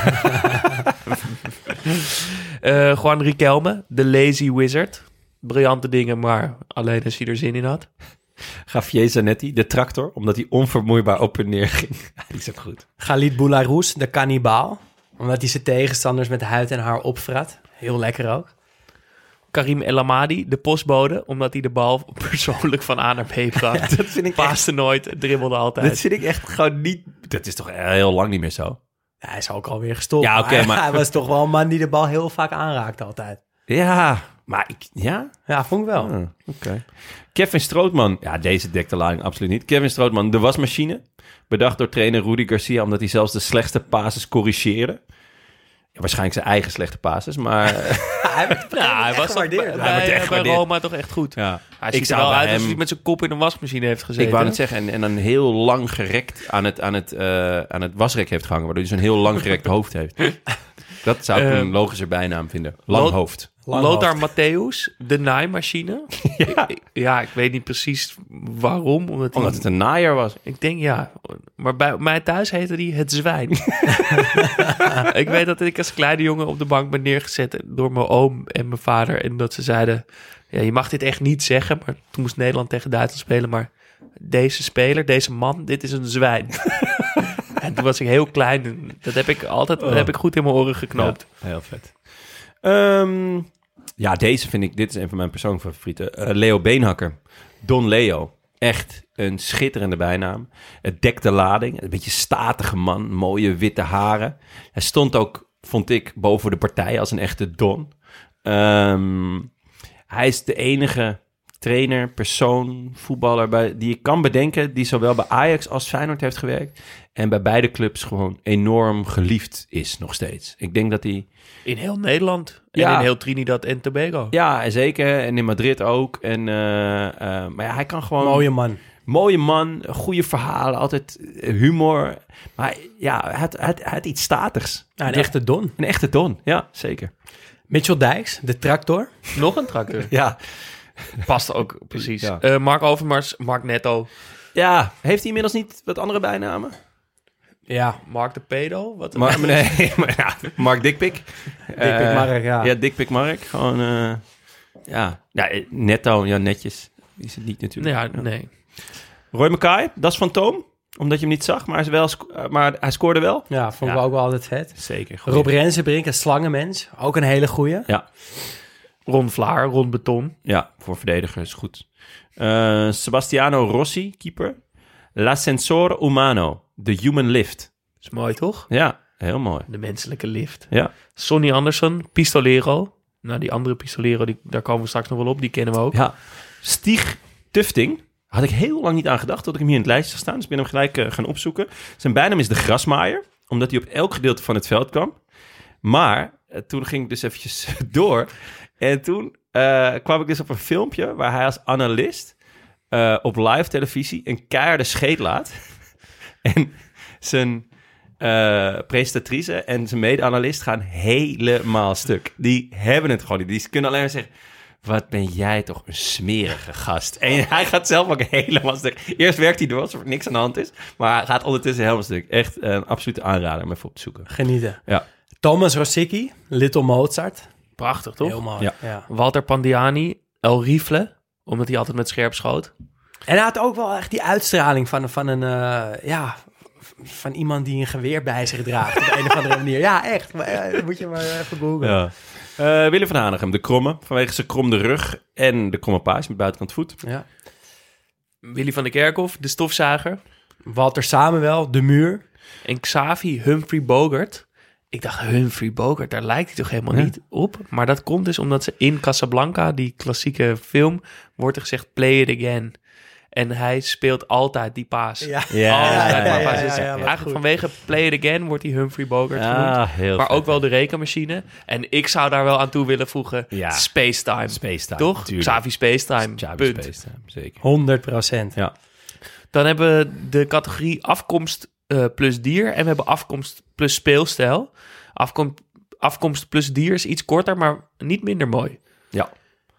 Juan Riquelme, de Lazy Wizard. Briljante dingen, maar alleen als hij er zin in had. Javier Zanetti, de tractor, omdat hij onvermoeibaar op en neer ging. Die is ook goed. Khalid Boularus, de kannibaal. Omdat hij zijn tegenstanders met huid en haar opvrat. Heel lekker ook. Karim El Amadi, de postbode, omdat hij de bal persoonlijk van A naar B bracht. Dat vind ik paaste nooit, dribbelde altijd. Dat vind ik echt gewoon niet... Dat is toch heel lang niet meer zo? Ja, hij is ook alweer gestopt. Ja, oké, maar... Hij was toch wel een man die de bal heel vaak aanraakte altijd. Ja, maar Ja, vond ik wel. Oké. Kevin Strootman. Ja, deze dekte lading absoluut niet. Kevin Strootman, de wasmachine. Bedacht door trainer Rudy Garcia, omdat hij zelfs de slechtste passes corrigeerde. Ja, waarschijnlijk zijn eigen slechte passes, maar... hij was gewaardeerd. Bij Roma toch echt goed. Ja. Hij ziet er wel uit alsof hij met zijn kop in een wasmachine heeft gezeten. Ik wou het zeggen, en dan heel lang gerekt aan het wasrek heeft gehangen, waardoor hij zo'n heel lang gerekt hoofd heeft. Dat zou ik een logischer bijnaam vinden. Lang hoofd. Lothar Matthäus, de naaimachine. Ja. Ik weet niet precies waarom. Omdat het een naaier was. Ik denk maar bij mij thuis heette die het zwijn. Ik weet dat ik als kleine jongen op de bank ben neergezet door mijn oom en mijn vader. En dat ze zeiden, ja, je mag dit echt niet zeggen. Maar toen moest Nederland tegen Duitsland spelen. Maar deze speler, deze man, dit is een zwijn. En toen was ik heel klein. Dat heb ik altijd dat heb ik goed in mijn oren geknoopt. Ja, heel vet. Ja, deze vind ik... Dit is een van mijn persoonlijke favorieten. Leo Beenhakker. Don Leo. Echt een schitterende bijnaam. Het dekt de lading. Een beetje statige man. Mooie witte haren. Hij stond ook, vond ik, boven de partij als een echte Don. Hij is de enige trainer, persoon, voetballer die ik kan bedenken, die zowel bij Ajax als Feyenoord heeft gewerkt en bij beide clubs gewoon enorm geliefd is nog steeds. Ik denk dat hij... In heel Nederland en in heel Trinidad en Tobago. Ja, zeker. En in Madrid ook. En, maar ja, hij kan gewoon... Mooie man, goede verhalen, altijd humor. Maar ja, hij had iets statigs. Ja, een echte Don. Een echte Don, ja, zeker. Mitchell Dijks, de tractor. Nog een tractor. Ja. Past ook, precies. Ja. Mark Overmars, Mark Netto. Ja, heeft hij inmiddels niet wat andere bijnamen? Ja, Mark de Pedo? Wat Nee, maar ja, Mark Dikpik. Dikpik Mark, ja. Ja, Dikpik Mark. Gewoon, netto, ja, netjes. Die is het niet natuurlijk. Ja, nee. Roy Mackay, dat is fantoom. Omdat je hem niet zag, maar hij scoorde wel. Ja, vond ik ook wel altijd vet. Zeker. Rob Rensenbrink, een slangenmens. Ook een hele goeie. Ja. Ron Vlaar, Ron Beton. Ja, voor verdediger is goed. Sebastiano Rossi, keeper. L'ascensore umano, the human lift. Is mooi, toch? Ja, heel mooi. De menselijke lift. Ja. Sonny Anderson, Pistolero. Nou, die andere Pistolero, daar komen we straks nog wel op. Die kennen we ook. Ja. Stieg Tufting. Had ik heel lang niet aan gedacht dat ik hem hier in het lijstje zag staan. Dus ik ben hem gelijk gaan opzoeken. Zijn bijnaam is de grasmaaier. Omdat hij op elk gedeelte van het veld kwam. Maar toen ging ik dus eventjes door. En toen kwam ik dus op een filmpje waar hij als analist op live televisie een keiharde scheet laat. En zijn presentatrice en zijn mede-analist gaan helemaal stuk. Die hebben het gewoon niet. Die kunnen alleen maar zeggen... Wat ben jij toch een smerige gast. En hij gaat zelf ook helemaal stuk. Eerst werkt hij door alsof er niks aan de hand is. Maar hij gaat ondertussen helemaal stuk. Echt een absolute aanrader om even op te zoeken. Genieten. Ja. Thomas Rosicki, Little Mozart. Prachtig, toch? Heel mooi. Ja. Walter Pandiani, El Rifle. Omdat hij altijd met scherp schoot. En hij had ook wel echt die uitstraling van iemand die een geweer bij zich draagt. Op een of andere manier. Ja, echt. Maar, dat moet je maar even googlen. Ja. Willem van Hanegem, de kromme. Vanwege zijn kromde rug en de kromme paas met buitenkant voet. Ja. Willy van der Kerkhof, de stofzuiger. Walter Samuel, de muur. En Xavi Humphrey Bogart. Ik dacht, Humphrey Bogart, daar lijkt hij toch helemaal niet op? Maar dat komt dus omdat ze in Casablanca, die klassieke film, wordt er gezegd, play it again. En hij speelt altijd die paas. Ja. Eigenlijk vanwege Play It Again wordt hij Humphrey Bogart genoemd. Heel Maar vet. ook wel de rekenmachine. En ik zou daar wel aan toe willen voegen. Ja. Spacetime. Spacetime, Toch? tuurlijk. Xavi Spacetime. Xavi Punt. Spacetime, zeker. 100%. Ja. Dan hebben we de categorie afkomst plus dier. En we hebben afkomst plus speelstijl. Afkomst plus dier is iets korter, maar niet minder mooi. Ja.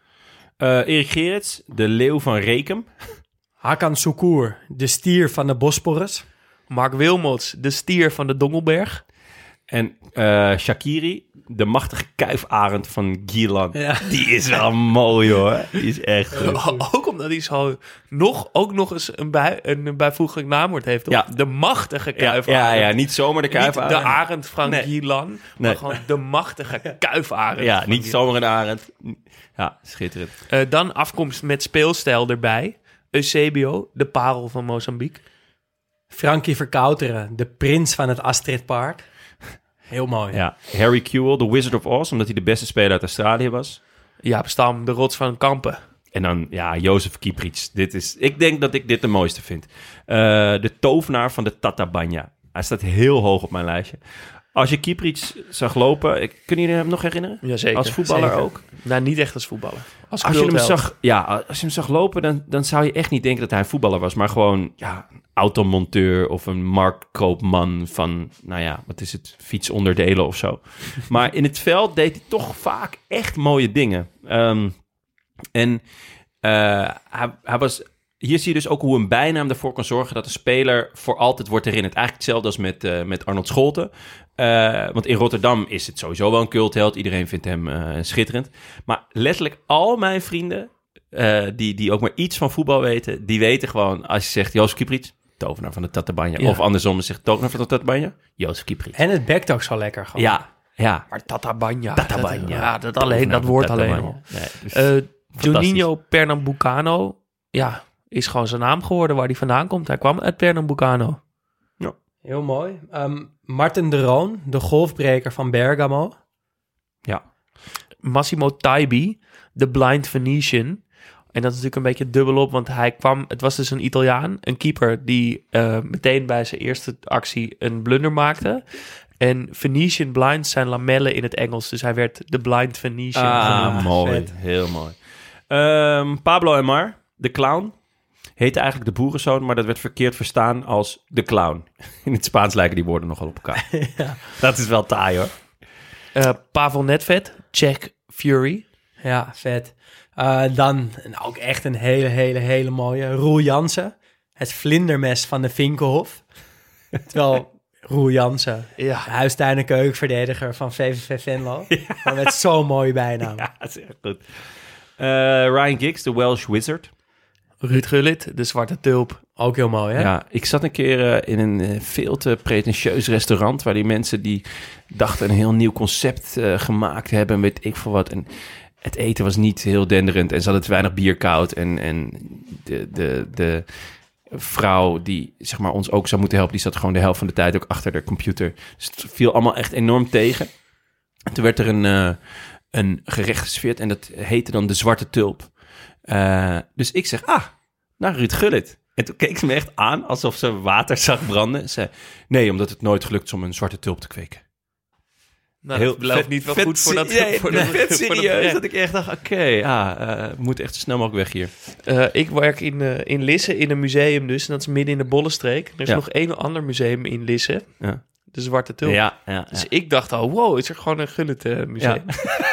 Erik Gerrits, de leeuw van Rekem. Hakan Sukur, de stier van de Bosporus. Mark Wilmots, de stier van de Dongelberg. En Shaqiri, de machtige kuifarend van Gielan. Ja. Die is wel mooi, hoor. Die is echt goed. Ook omdat hij zo nog eens een bijvoeglijk naamwoord heeft. Toch? Ja. De machtige kuifarend. Ja, niet zomaar de Niet kuifarend. de arend van Nee. Gielan, maar Nee. gewoon de machtige kuifarend. Ja, van niet Gielan. zomaar een arend. Ja, schitterend. Dan afkomst met speelstijl erbij. Eusebio, de parel van Mozambique. Frankie Verkouteren, de prins van het Astridpark. Heel mooi. Ja. Harry Kewell, de Wizard of Oz, omdat hij de beste speler uit Australië was. Jaap Stam, de rots van Kampen. En dan, ja, Jozef Kieprits. Ik denk dat ik dit de mooiste vind. De tovenaar van de Tatabanya. Hij staat heel hoog op mijn lijstje. Als je Kieprits zag lopen, kunnen jullie hem nog herinneren? Jazeker. Als voetballer Zeker. ook? Nou, niet echt als voetballer. Als Als je, hem cultheld. zag, als je hem zag lopen, dan zou je echt niet denken dat hij een voetballer was. Maar gewoon een automonteur of een marktkoopman van, wat is het, fietsonderdelen of zo. Maar in het veld deed hij toch vaak echt mooie dingen. Hij was... Hier zie je dus ook hoe een bijnaam ervoor kan zorgen dat een speler voor altijd wordt herinnerd. Eigenlijk hetzelfde als met Arnold Scholten. Want in Rotterdam is het sowieso wel een cultheld. Iedereen vindt hem schitterend. Maar letterlijk al mijn vrienden, die ook maar iets van voetbal weten, die weten gewoon, als je zegt Jozef Kieprits, tovenaar van de Tatabanya. Ja. Of andersom, zegt tovenaar van de Tatabanya, Jozef Kieprits. En het bekt ook zo lekker gewoon. Ja. Maar Tatabanya. Tatabanya. Dat woord alleen al. Nee, dus Juninho Pernambucano, is gewoon zijn naam geworden waar hij vandaan komt. Hij kwam uit Pernambucano. Heel mooi. Martin de Roon, de golfbreker van Bergamo. ja. Massimo Taibi, de Blind Venetian. En dat is natuurlijk een beetje dubbelop, want het was dus een Italiaan, een keeper die meteen bij zijn eerste actie een blunder maakte. En Venetian blinds zijn lamellen in het Engels, dus hij werd de Blind Venetian genoemd. Mooi. vet. Heel mooi. Pablo Aimar, de clown, heette eigenlijk de boerenzoon, maar dat werd verkeerd verstaan als de clown. In het Spaans lijken die woorden nogal op elkaar. Dat is wel taai, hoor. Pavel Nedved, Czech Fury. Ja, vet. Dan ook echt een hele mooie. Roel Jansen. Het vlindermes van de Vinkenhof. Terwijl Roel Jansen, huistuin- en keukenverdediger van VVV Venlo. Ja. Maar met zo'n mooie bijnaam. Ja, dat is echt goed. Ryan Giggs, de Welsh Wizard. Ruud Gullit, de Zwarte Tulp. Ook heel mooi, hè? Ja, ik zat een keer in een veel te pretentieus restaurant... waar die mensen die dachten een heel nieuw concept gemaakt hebben... weet ik veel wat. En het eten was niet heel denderend en ze hadden te weinig bier koud. En de vrouw die zeg maar, ons ook zou moeten helpen... die zat gewoon de helft van de tijd ook achter de computer. Dus het viel allemaal echt enorm tegen. En toen werd er een gerecht geserveerd en dat heette dan de Zwarte Tulp. Dus ik zeg, naar Ruud Gullit. En toen keek ze me echt aan alsof ze water zag branden. Ze zei, nee, omdat het nooit gelukt is om een zwarte tulp te kweken. Nou, dat belooft niet wel goed voor dat... Vet serieus, dat ik echt dacht, oké, we moeten echt zo snel mogelijk weg hier. Ik werk in Lisse, in een museum dus. En dat is midden in de Bollenstreek. Er is nog één ander museum in Lisse. Ja. De Zwarte Tulp. Ja. Dus ik dacht al, wow, is er gewoon een Gullit museum.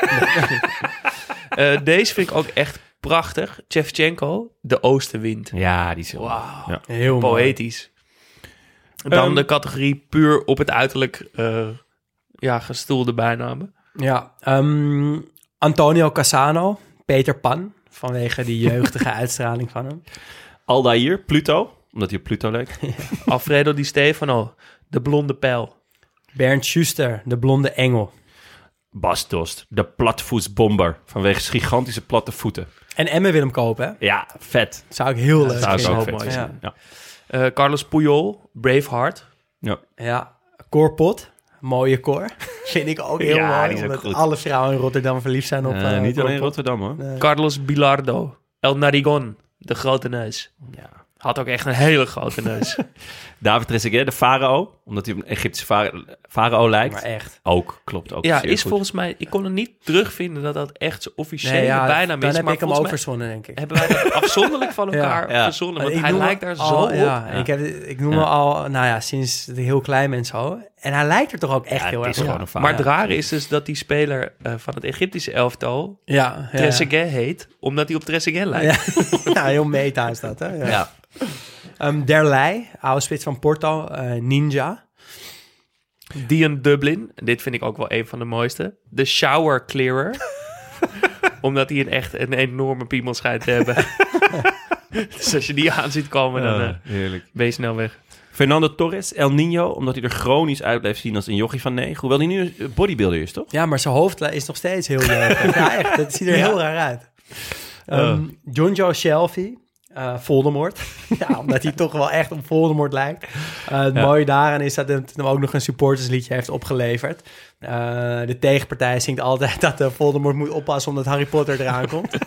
Ja. Deze vind ik ook echt prachtig. Shevchenko, de Oostenwind. Ja, die is heel, heel poëtisch. Dan de categorie puur op het uiterlijk gestoelde bijnamen. Ja, Antonio Cassano, Peter Pan, vanwege die jeugdige uitstraling van hem. Aldair, Pluto, omdat hij op Pluto leek. Alfredo Di Stefano, de blonde pijl. Bernd Schuster, de blonde engel. Bas Dost, de platvoetsbomber, vanwege zijn gigantische platte voeten. En Emme wil hem kopen, hè? Ja, vet. Zou ik heel leuk vinden. Zou ik ook vet vinden. Ja. Carlos Puyol, Braveheart. Ja, Corpot, mooie Cor. Vind ik ook heel mooi, die is ook omdat goed. alle vrouwen in Rotterdam verliefd zijn op niet alleen Corpot. Rotterdam, hoor. Nee. Carlos Bilardo, El Narigon, de grote neus. Ja. Had ook echt een hele grote neus. David Trezeguet, de farao, omdat hij op een Egyptische farao lijkt. Maar echt. Ook, klopt ook. Ja, zeer is goed. volgens mij... Ik kon het niet terugvinden dat dat echt zijn officiële bijnaam dan is. heb maar ik hem ook verzonnen, denk ik. hebben wij dat afzonderlijk van elkaar Ja. verzonnen. Want Ik hij noem lijkt hem daar al- zo op. Ja, ik noem hem al, sinds de heel klein ben zo. En hij lijkt er toch ook echt heel het erg is op. gewoon een farao. Maar het rare is dus dat die speler van het Egyptische elftal Ja. Trezeguet heet, omdat hij op Trezeguet lijkt. Ja. Ja, heel meta is dat, hè? Ja. Derlei, oude spits van Porto, Ninja. Dion Dublin, dit vind ik ook wel een van de mooiste. De Shower Clearer. Omdat hij een enorme piemel schijnt te hebben. Dus als je die aan ziet komen, dan heerlijk. ben je snel weg. Fernando Torres, El Niño, omdat hij er chronisch uit blijft zien als een jochie van 9. Hoewel hij nu een bodybuilder is, toch? Ja, maar zijn hoofd is nog steeds heel jeugdig. Ja, echt. Dat ziet er heel raar uit. John Joe Shelby, Voldemort. Ja, omdat hij toch wel echt op Voldemort lijkt. Het mooie daaraan is dat het hem ook nog een supportersliedje heeft opgeleverd. De tegenpartij zingt altijd dat Voldemort moet oppassen omdat Harry Potter eraan komt.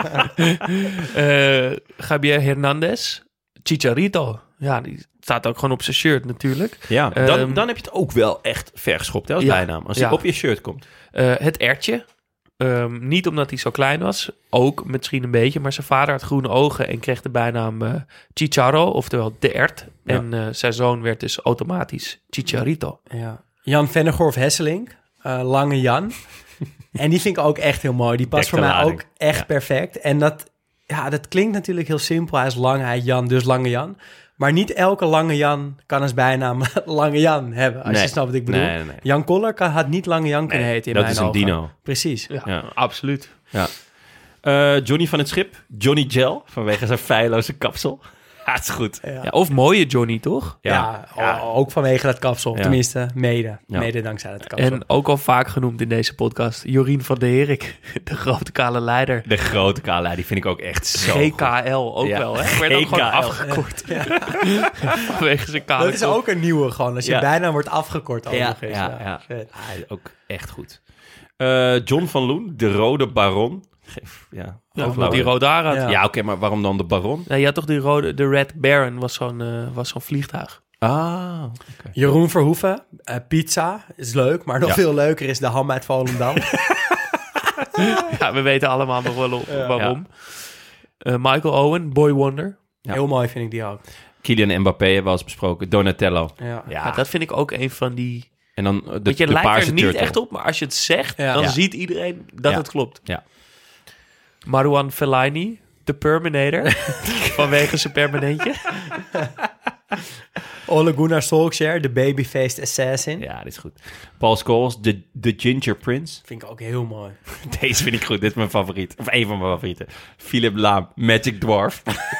Javier Hernandez, Chicharito. Ja, die staat ook gewoon op zijn shirt natuurlijk. Ja, dan heb je het ook wel echt vergeschopt, hè, als bijnaam. Als hij op je shirt komt. Het ertje. Niet omdat hij zo klein was, ook misschien een beetje, maar zijn vader had groene ogen en kreeg de bijnaam Chicharro, oftewel de ert. Ja. En zijn zoon werd dus automatisch Chicharito. Ja. Jan Vennegoor of Hesselink, Lange Jan. En die vind ik ook echt heel mooi. Die past voor mij ook echt perfect. En dat klinkt natuurlijk heel simpel. Hij is lang, hij is Jan, dus Lange Jan. Maar niet elke Lange Jan kan als bijnaam Lange Jan hebben. Als je snapt wat ik bedoel. Nee. Jan Koller had niet Lange Jan kunnen heten in mijn ogen. Dat is een dino. Precies. Ja, absoluut. Ja. Johnny van het Schip. Johnny Gel, vanwege zijn feilloze kapsel. Ja, het is goed. Ja. Ja, of mooie Johnny, toch? Ja, ook vanwege dat kapsel. Ja. Tenminste, mede dankzij dat kapsel. En ook al vaak genoemd in deze podcast, Jorien van der Herik, de grote kale leider. De grote kale leider, die vind ik ook echt zo GKL ook wel, hè? Werd ook gewoon afgekort. Ja. Vanwege zijn kale dat is ook een nieuwe gewoon, als je bijna wordt afgekort. Ja. Ook echt goed. John van Loen, de rode baron. Omdat die rood haar had. Ja, oké, maar waarom dan de baron? Ja, je had toch de Red Baron, was zo'n vliegtuig. Ah, okay. Jeroen Verhoeven, pizza, is leuk, maar nog veel leuker is de ham uit Volendam. Ja, we weten allemaal nog wel waarom. Ja. Michael Owen, Boy Wonder. Ja. Heel mooi vind ik die ook. Kylian Mbappé hebben we al eens besproken. Donatello. Ja, dat vind ik ook een van die En dan Want je de lijkt paarse er niet turtle. echt op, maar als je het zegt, dan Ja. ziet iedereen dat Ja. het klopt. Ja. Marwan Fellaini, de Perminator, vanwege zijn permanentje. Ole Gunnar Solskjaer, de babyfaced assassin. Ja, dit is goed. Paul Scholes, de Ginger Prince. Vind ik ook heel mooi. Deze vind ik goed. Dit is mijn favoriet. Of een van mijn favorieten. Philip Laam, Magic Dwarf.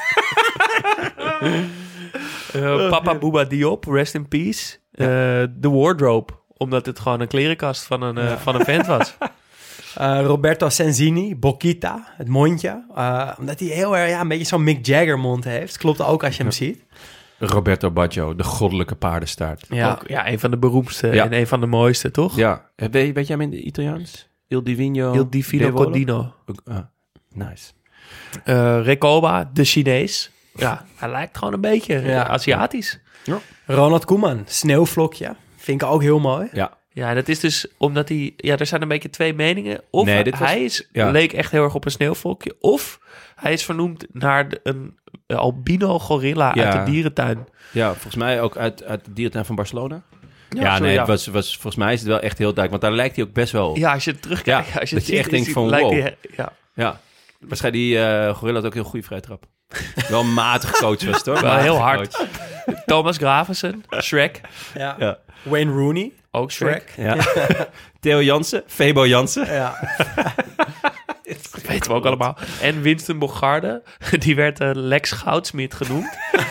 Papa Bouba Diop, rest in peace. De Wardrobe, omdat het gewoon een klerenkast van een vent was. Roberto Senzini, Bokita, het mondje. Omdat hij heel erg een beetje zo'n Mick Jagger mond heeft. Klopt ook als je hem ziet. Roberto Baggio, de goddelijke paardenstaart. Ook, een van de beroemdste Ja. en een van de mooiste, toch? Ja. Weet jij hem in het Italiaans? Il Divino. Il Divino Devolo? Codino. Nice. Recoba, de Chinees. Ja, hij lijkt gewoon een beetje Aziatisch. Ronald Koeman, Sneeuwvlokje. Vind ik ook heel mooi. Ja. Ja, dat is dus omdat hij... Ja, er zijn een beetje twee meningen. Of Nee, dit was- hij leek echt heel erg op een sneeuwvlokje. Of hij is vernoemd naar een albino gorilla uit de dierentuin. Ja, volgens mij ook uit de dierentuin van Barcelona. Ja, Het was, volgens mij is het wel echt heel duidelijk. Want daar lijkt hij ook best wel op. Ja, als je terugkijkt. Ja, als je dat het je echt denkt van, lijkt wow. hij- ja. Ja. Waarschijnlijk die gorilla had ook een heel goede vrije trap. Wel een matige coach was het hoor. Wel heel Matige hard. coach. Thomas Gravensen, Shrek. Ja. Ja. Wayne Rooney, Ook Shrek. Ja. Theo Jansen, Febo Jansen. Ja. Weten we ook allemaal. En Winston Bogarde, die werd Lex Goudsmit genoemd.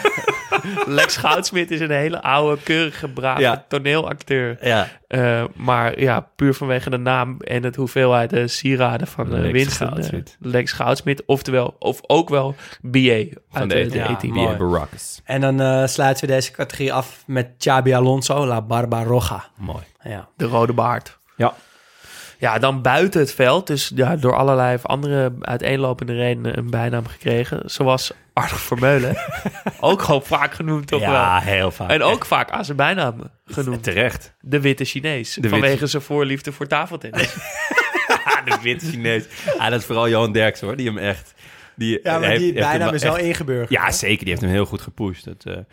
Lex Goudsmit is een hele oude, keurige, brave toneelacteur. Ja. Maar ja, puur vanwege de naam en het hoeveelheid sieraden van Lex Winston. Goudsmit. Lex Goudsmit, oftewel, of ook wel BA uit de E-team. mooi. Baracus. En dan sluiten we deze categorie af met Xabi Alonso, La Barbaroja. Mooi. Ja. De rode baard. Ja. Ja, dan buiten het veld, dus ja, door allerlei andere uiteenlopende redenen een bijnaam gekregen. Zoals Arno Vermeulen. Ook gewoon vaak genoemd, toch wel? Ja, heel vaak. En ook vaak aan zijn bijnaam genoemd. Terecht. De Witte Chinees. Vanwege zijn voorliefde voor tafeltennis. De witte Chinees. Dat is vooral Johan Derks hoor, die hem echt... Ja, maar die bijnaam is wel echt... ingeburgerd. Ja, zeker. Die heeft hem heel goed gepusht.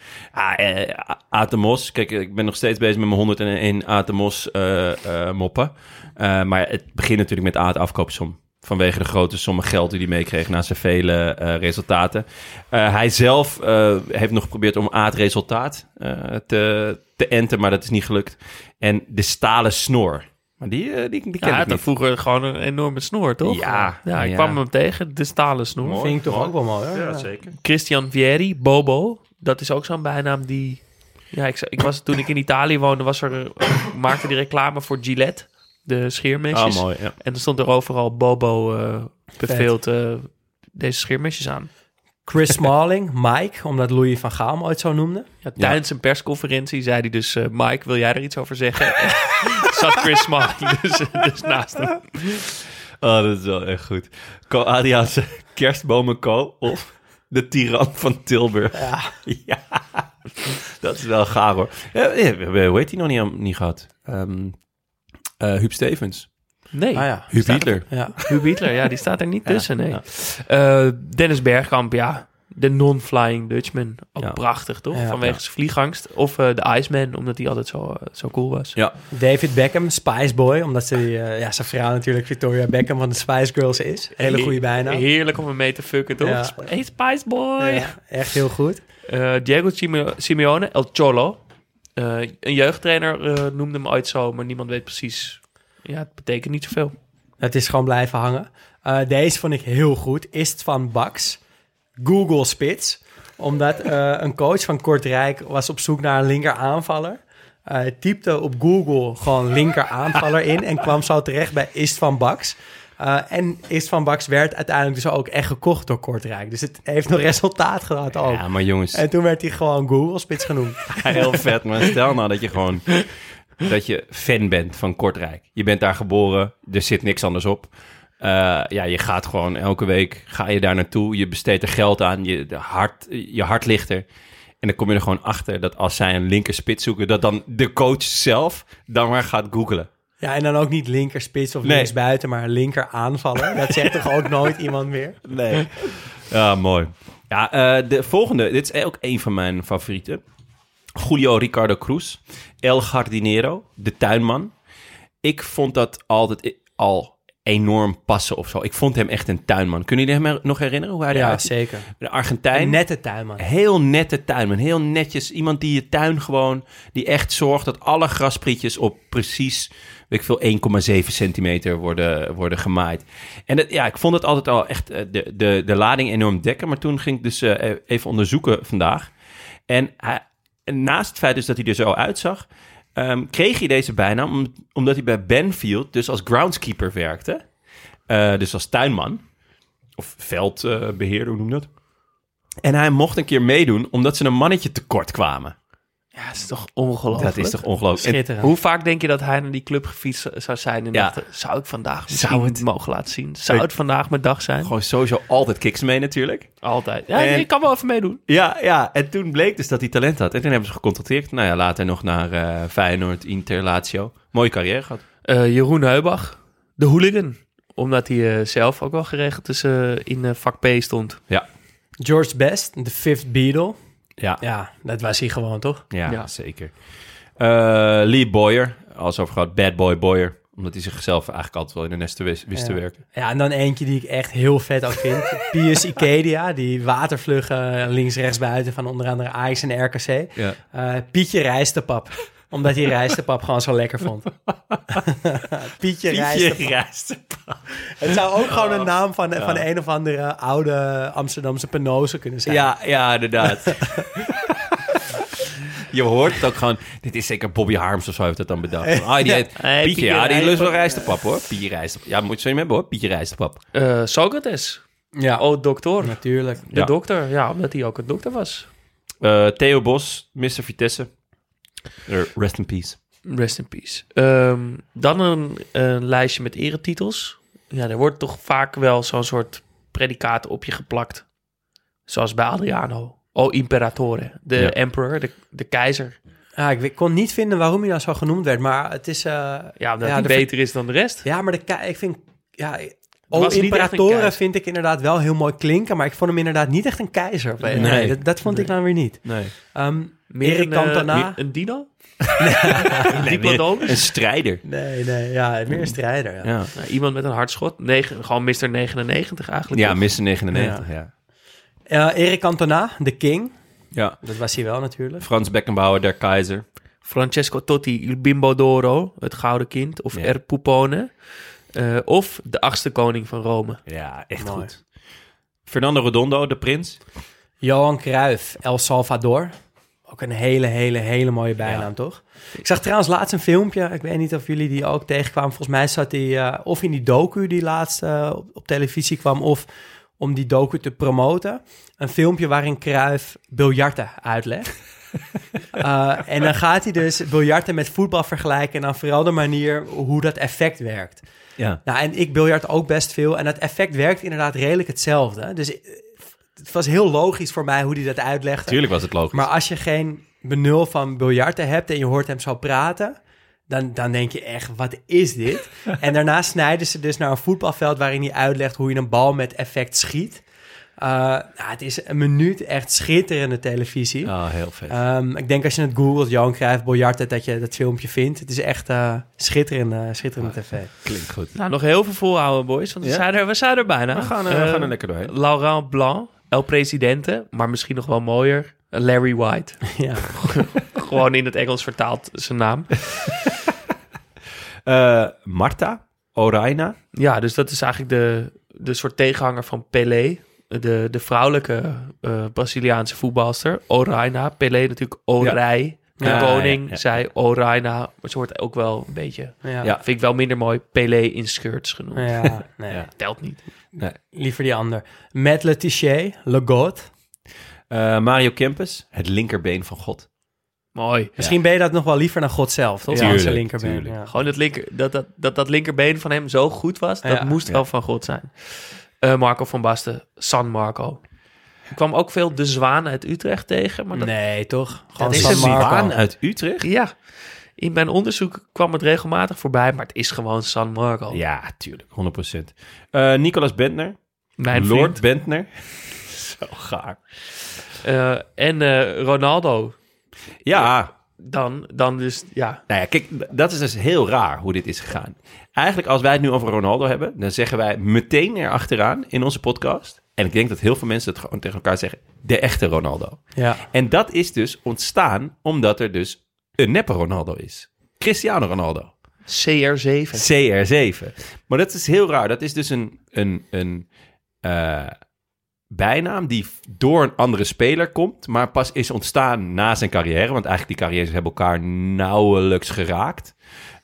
Atemos. Kijk, ik ben nog steeds bezig met mijn 101 Atemos moppen. Maar het begint natuurlijk met afkoopsom. Vanwege de grote sommen geld die hij meekreeg na zijn vele resultaten. Hij zelf heeft nog geprobeerd om het resultaat te enten, maar dat is niet gelukt. En de stalen snor. Maar die ken Ja, ik had niet. vroeger gewoon een enorme snor, toch? Ja, ik kwam hem tegen, de stalen snor. Mooi. Vind ik toch ook wel mooi, hoor. Ja, zeker. Christian Vieri, Bobo. Dat is ook zo'n bijnaam die... Ja, toen ik in Italië woonde, maakte die reclame voor Gillette. De scheermesjes. Mooi, ja. En er stond er overal Bobo beveelt deze scheermesjes aan. Chris Smalling, Mike, omdat Louis van Gaal hem ooit zo noemde. Ja, tijdens een persconferentie zei hij dus... Mike, wil jij er iets over zeggen? Zat Chris Smalling dus naast hem. Oh, dat is wel echt goed. Co Adriaanse kerstbomen Co. Of de tiran van Tilburg. Ja. Dat is wel gaar hoor. Hoe heet hij nog niet gehad? Huub Stevens. Nee. Huub Hitler. Ja. Huub Hitler, ja, die staat er niet tussen, nee. Dennis Bergkamp, ja. De non-flying Dutchman. Ook prachtig, toch? Ja. Vanwege zijn vliegangst. Of de Iceman, omdat hij altijd zo cool was. Ja. David Beckham, Spice Boy, omdat zijn vrouw natuurlijk Victoria Beckham van de Spice Girls is. Hele goede bijnaam. Heerlijk om hem mee te fucken, toch? Ja. Hey, Spice Boy! Ja, echt heel goed. Diego Simeone, El Cholo. Een jeugdtrainer noemde hem ooit zo, maar niemand weet precies. Ja, het betekent niet zoveel. Het is gewoon blijven hangen. Deze vond ik heel goed. Ist van Bax. Google Spits. Omdat een coach van Kortrijk was op zoek naar een linker aanvaller. Typte op Google gewoon linker aanvaller in en kwam zo terecht bij Ist van Bax. En Ist van Bax werd uiteindelijk dus ook echt gekocht door Kortrijk. Dus het heeft nog resultaat gehad ook. Ja, maar jongens. En toen werd hij gewoon Google Spits genoemd. Heel vet, maar stel nou dat je fan bent van Kortrijk. Je bent daar geboren, er zit niks anders op. Je gaat gewoon elke week ga je daar naartoe. Je besteedt er geld aan, je hart ligt er. En dan kom je er gewoon achter dat als zij een linker spits zoeken, dat dan de coach zelf dan maar gaat googlen. Ja, en dan ook niet linker spits of linksbuiten, maar linker aanvaller. Dat zegt toch ook nooit iemand meer? Nee. Ja, mooi. Ja, de volgende, dit is ook een van mijn favorieten. Julio Ricardo Cruz. El Jardinero, de tuinman. Ik vond dat altijd al enorm passen of zo. Ik vond hem echt een tuinman. Kunnen jullie hem nog herinneren hoe hij eruit ziet? Zeker. De Argentijn. Een nette tuinman. Heel nette tuinman. Heel netjes. Iemand die je tuin gewoon... die echt zorgt dat alle grasprietjes op precies... weet ik veel, 1,7 centimeter worden gemaaid. En ik vond het altijd al echt de lading enorm dekken. Maar toen ging ik dus even onderzoeken vandaag. En naast het feit dus dat hij er zo uitzag... kreeg hij deze bijnaam omdat hij bij Banfield dus als groundskeeper werkte. Dus als tuinman. Of veldbeheerder, hoe noem je dat? En hij mocht een keer meedoen omdat ze een mannetje tekort kwamen. Ja, dat is toch ongelooflijk? Dat is toch ongelooflijk? Schitterend. Hoe vaak denk je dat hij naar die club gefietst zou zijn en dacht, zou ik vandaag misschien mogen laten zien? Zou het vandaag mijn dag zijn? Gewoon sowieso altijd kicks mee natuurlijk. Altijd. Ja, ik kan wel even meedoen. Ja. En toen bleek dus dat hij talent had. En toen hebben ze gecontracteerd. Nou ja, later nog naar Feyenoord, Inter, Lazio. Mooie carrière gehad. Jeroen Heubach, de hooligan. Omdat hij zelf ook wel geregeld in vak P stond. Ja. George Best, de Fifth Beatle. Ja. Ja, dat was hij gewoon, toch? Ja, zeker. Lee Boyer, als over gehad, Bad Boy Boyer. Omdat hij zichzelf eigenlijk altijd wel in de nesten wist te werken. Ja, en dan eentje die ik echt heel vet ook vind. Pius Ikedia, die watervluggen links-rechts buiten van onder andere Ajax en RKC. Ja. Pietje Rijstepap. Omdat hij rijstepap gewoon zo lekker vond. Pietje Rijstepap. Het zou ook gewoon een naam van een of andere oude Amsterdamse penose kunnen zijn. Ja, inderdaad. Je hoort het ook gewoon... Dit is zeker Bobby Harms of zo heeft het dan bedacht. Die heet Pietje. Die lust wel rijstepap, hoor. Pietje Rijstepap. Ja, moet je zo niet hebben, hoor. Pietje Rijstepap. Socrates. Ja. Oh, dokter. Natuurlijk. De dokter, ja, omdat hij ook een dokter was. Theo Bos, Mr. Vitesse. Rest in peace. Rest in peace. Dan een lijstje met eretitels. Ja, er wordt toch vaak wel zo'n soort predicaat op je geplakt. Zoals bij Adriano. O Imperatore. De emperor, de keizer. Ja, ik kon niet vinden waarom hij nou zo genoemd werd, maar het is... omdat hij beter is dan de rest. Ja, maar ik vind... Ja, was Imperatore vind ik inderdaad wel heel mooi klinken, maar ik vond hem inderdaad niet echt een keizer. Nee, dat vond ik dan weer niet. Nee. Erik Cantona. Een dino? Een strijder. Nee, meer een strijder. Ja. Nou, iemand met een hard schot. Gewoon Mr. 99 eigenlijk. Ja, Mr. 99, ja. Erik Cantona, de king. Ja. Dat was hij wel natuurlijk. Frans Beckenbauer, der keizer. Francesco Totti, il bimbo d'oro, het gouden kind. Of El Pupone. Of de 8e koning van Rome. Ja, echt mooi. Goed. Fernando Redondo, de prins. Johan Cruijff, El Salvador. Ook een hele mooie bijnaam, toch? Ik zag trouwens laatst een filmpje. Ik weet niet of jullie die ook tegenkwamen. Volgens mij zat hij of in die docu die laatst op televisie kwam... of om die docu te promoten. Een filmpje waarin Cruijff biljarten uitlegt. En dan gaat hij dus biljarten met voetbal vergelijken... en dan vooral de manier hoe dat effect werkt. Ja. Nou, en ik biljart ook best veel. En dat effect werkt inderdaad redelijk hetzelfde. Dus het was heel logisch voor mij hoe hij dat uitlegde. Tuurlijk was het logisch. Maar als je geen benul van biljarten hebt en je hoort hem zo praten... Dan denk je echt, wat is dit? En daarna snijden ze dus naar een voetbalveld... waarin hij uitlegt hoe je een bal met effect schiet. Het is een minuut echt schitterende televisie. Oh, heel vet. Ik denk als je het googelt, Johan Cruijff, biljarten... dat je dat filmpje vindt. Het is echt schitterende tv. Klinkt goed. Nou, nog heel veel volhouden, boys. Want we zijn er bijna. We gaan er lekker doorheen. Laurent Blanc, El Presidente... maar misschien nog wel mooier, Larry White. Ja. Gewoon in het Engels vertaald zijn naam. Marta Oraina. Ja, dus dat is eigenlijk de soort tegenhanger van Pelé. De vrouwelijke Braziliaanse voetbalster. Oraina. Pelé natuurlijk Orij. De koning zei Oraina. Maar ze wordt ook wel een beetje... Ja. Vind ik wel minder mooi. Pelé in skirts genoemd. Ja, nee. Telt niet. Nee. Liever die ander. Matt Letitia, Le God. Mario Kempes, het linkerbeen van God. Mooi. Misschien ben je dat nog wel liever dan God zelf, toch? Tuurlijk, zijn linkerbeen. Ja. Gewoon dat linkerbeen van hem zo goed was, dat moest wel van God zijn. Marco van Basten, San Marco. Ik kwam ook veel de Zwaan uit Utrecht tegen. Maar nee, toch? Gewoon San Marco. Zwaan uit Utrecht? Ja. In mijn onderzoek kwam het regelmatig voorbij, maar het is gewoon San Marco. Ja, tuurlijk. 100%. Nicolas Bentner. Mijn Lord vriend. Bentner. Zo gaar. En Ronaldo. Ja. Dan dus, ja. Nou ja, kijk, dat is dus heel raar hoe dit is gegaan. Eigenlijk, als wij het nu over Ronaldo hebben, dan zeggen wij meteen erachteraan in onze podcast. En ik denk dat heel veel mensen het gewoon tegen elkaar zeggen, de echte Ronaldo. Ja. En dat is dus ontstaan omdat er dus een neppe Ronaldo is. Cristiano Ronaldo. CR7. CR7. Maar dat is heel raar. Dat is dus een bijnaam die door een andere speler komt, maar pas is ontstaan na zijn carrière. Want eigenlijk die carrières hebben elkaar nauwelijks geraakt.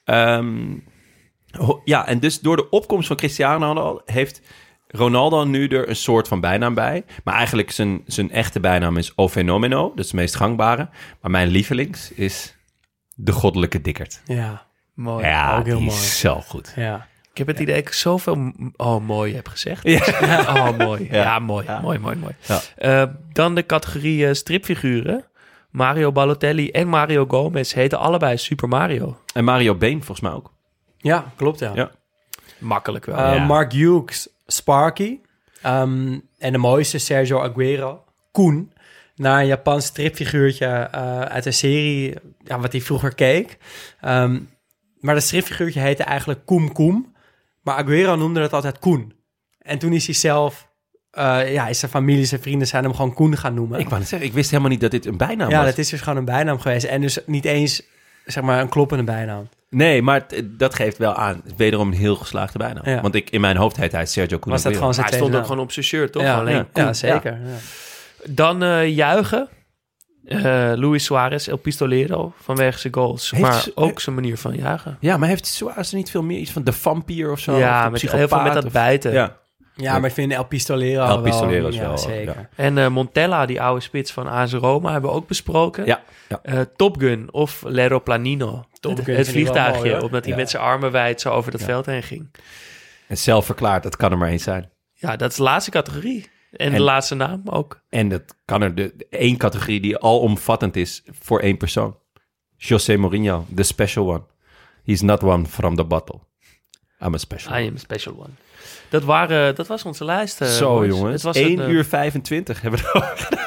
En dus door de opkomst van Cristiano Ronaldo heeft Ronaldo nu er een soort van bijnaam bij. Maar eigenlijk zijn echte bijnaam is O Fenomeno. Dat is de meest gangbare. Maar mijn lievelings is de goddelijke dikkerd. Ja, Mooi. Ja, ook heel die mooi. is zo goed. Ja. Ik heb het idee dat ik zoveel mooi heb gezegd. Ja. Oh, mooi. Ja. Ja, mooi. Ja. Mooi. Ja. Dan de categorie stripfiguren. Mario Balotelli en Mario Gomez heten allebei Super Mario. En Mario Been volgens mij ook. Ja, klopt, ja. Ja. Makkelijk wel. Ja. Mark Hughes, Sparky. En de mooiste, Sergio Aguero, Koen. Naar een Japans stripfiguurtje uit een serie, wat hij vroeger keek. Maar dat stripfiguurtje heette eigenlijk Koem Koem. Maar Aguero noemde het altijd Koen. En toen is hij zelf, is zijn familie, zijn vrienden zijn hem gewoon Koen gaan noemen. Ik wou net zeggen, ik wist helemaal niet dat dit een bijnaam Ja, was. dat is dus gewoon een bijnaam geweest. En dus niet eens, zeg maar, een kloppende bijnaam. Nee, maar dat geeft wel aan. Wederom een heel geslaagde bijnaam. Ja. Want in mijn hoofd heet hij Sergio Koen. Was dat gewoon Maar zijn hij stond tweede ook gewoon op zijn shirt, toch? naam? Alleen Ja, Koen. zeker. Ja. Dan juichen. Luis Suarez, El Pistolero, vanwege zijn goals. Heeft maar ze- ook zijn manier van jagen. Ja, maar heeft Suarez niet veel meer iets van de vampier of zo? Of Ja, de met, psychopaat, heel veel met dat of- bijten. Ja. Ja, maar ik vind El Pistolero El Pistolero wel... is wel, zeker. ja. En Montella, die oude spits van AS Roma, hebben we ook besproken. Ja. Top Gun of L'Aeroplanino. Top het Gun het vind ik wel vliegtuigje, mooi, hoor. omdat hij Ja. met zijn armen wijd zo over dat veld heen ging. En zelf verklaard, dat kan er maar één zijn. Ja, dat is de laatste categorie. En de En- laatste naam ook. En dat kan er de één categorie die alomvattend is voor één persoon. José Mourinho, the special one. He's not one from the bottle. I'm a special I one. am a special one. Dat was onze lijst. Zo boys. jongens, Het was 1 uur 25 hebben we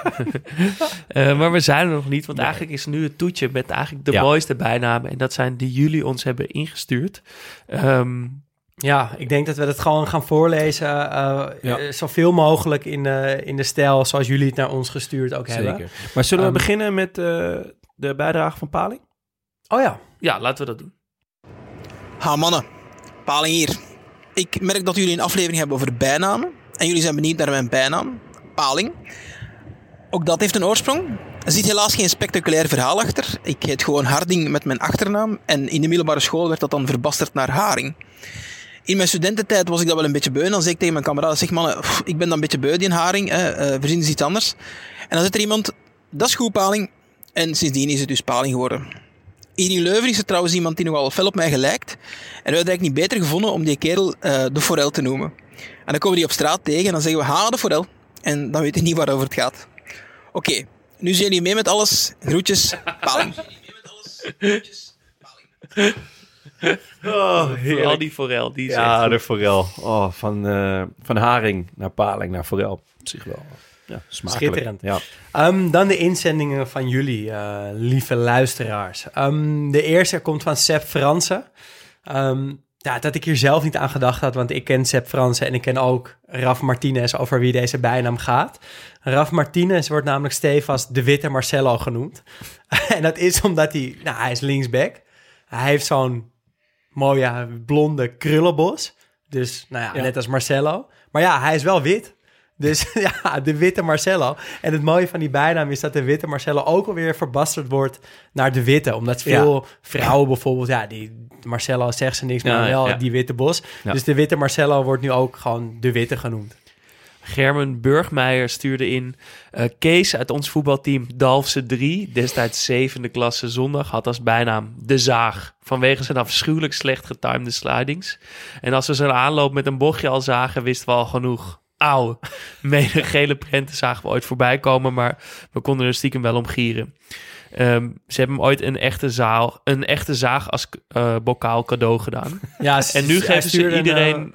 er maar we zijn er nog niet, want eigenlijk is nu het toetje met eigenlijk de Ja. mooiste bijnamen. En dat zijn die jullie ons hebben ingestuurd. Ja, ik denk dat we het gewoon gaan voorlezen. Zoveel mogelijk in de stijl zoals jullie het naar ons gestuurd ook hebben. Zeker. Maar zullen we beginnen met de bijdrage van Paling? Oh ja. Ja, laten we dat doen. Ha mannen, Paling hier. Ik merk dat jullie een aflevering hebben over bijnamen. En jullie zijn benieuwd naar mijn bijnaam, Paling. Ook dat heeft een oorsprong. Er zit helaas geen spectaculair verhaal achter. Ik heet gewoon Harding met mijn achternaam. En in de middelbare school werd dat dan verbasterd naar Haring. In mijn studententijd was ik dat wel een beetje beu. En dan zei ik tegen mijn kameraden, zeg mannen, ik ben dan een beetje beu die Haring. Verzin eens iets anders. En dan zit er iemand, dat is goed Paling. En sindsdien is het dus Paling geworden. Hier in Leuven is er trouwens iemand die nogal fel op mij gelijkt. En we hebben het eigenlijk niet beter gevonden om die kerel de Forel te noemen. En dan komen we die op straat tegen en dan zeggen we, ha, de Forel. En dan weet ik niet waarover het gaat. Oké, nu zijn jullie mee met alles. Groetjes, Paling. Oh, Vooral die forel. Die is Ja, echt de forel. Oh, van haring naar paling naar forel. Op zich wel. Ja, smakelijk. Schitterend. Ja. Dan de inzendingen van jullie, lieve luisteraars. De eerste komt van Sepp Fransen. Dat had ik hier zelf niet aan gedacht had, want ik ken Sepp Fransen en ik ken ook Raf Martinez, over wie deze bijnaam gaat. Raf Martinez wordt namelijk stevast de Witte Marcelo genoemd. En dat is omdat hij is linksback. Hij heeft zo'n mooie blonde krullenbos. Dus net als Marcelo. Maar ja, hij is wel wit. Dus ja, de Witte Marcelo. En het mooie van die bijnaam is dat de Witte Marcelo ook alweer verbasterd wordt naar de Witte. Omdat veel vrouwen bijvoorbeeld, die Marcelo zegt ze niks, maar wel die Witte Bos. Ja. Dus de Witte Marcelo wordt nu ook gewoon de Witte genoemd. Germen Burgmeijer stuurde in... Kees uit ons voetbalteam Dalfse 3, destijds 7e klasse zondag, had als bijnaam De Zaag. Vanwege zijn afschuwelijk slecht getimede slidings. En als we zijn aanloop met een bochtje al zagen, wisten we al genoeg. Auw, mede gele prenten zagen we ooit voorbij komen, maar we konden er stiekem wel om gieren. Ze hebben hem ooit een echte zaag als bokaal cadeau gedaan. Ja, En nu geven ze iedereen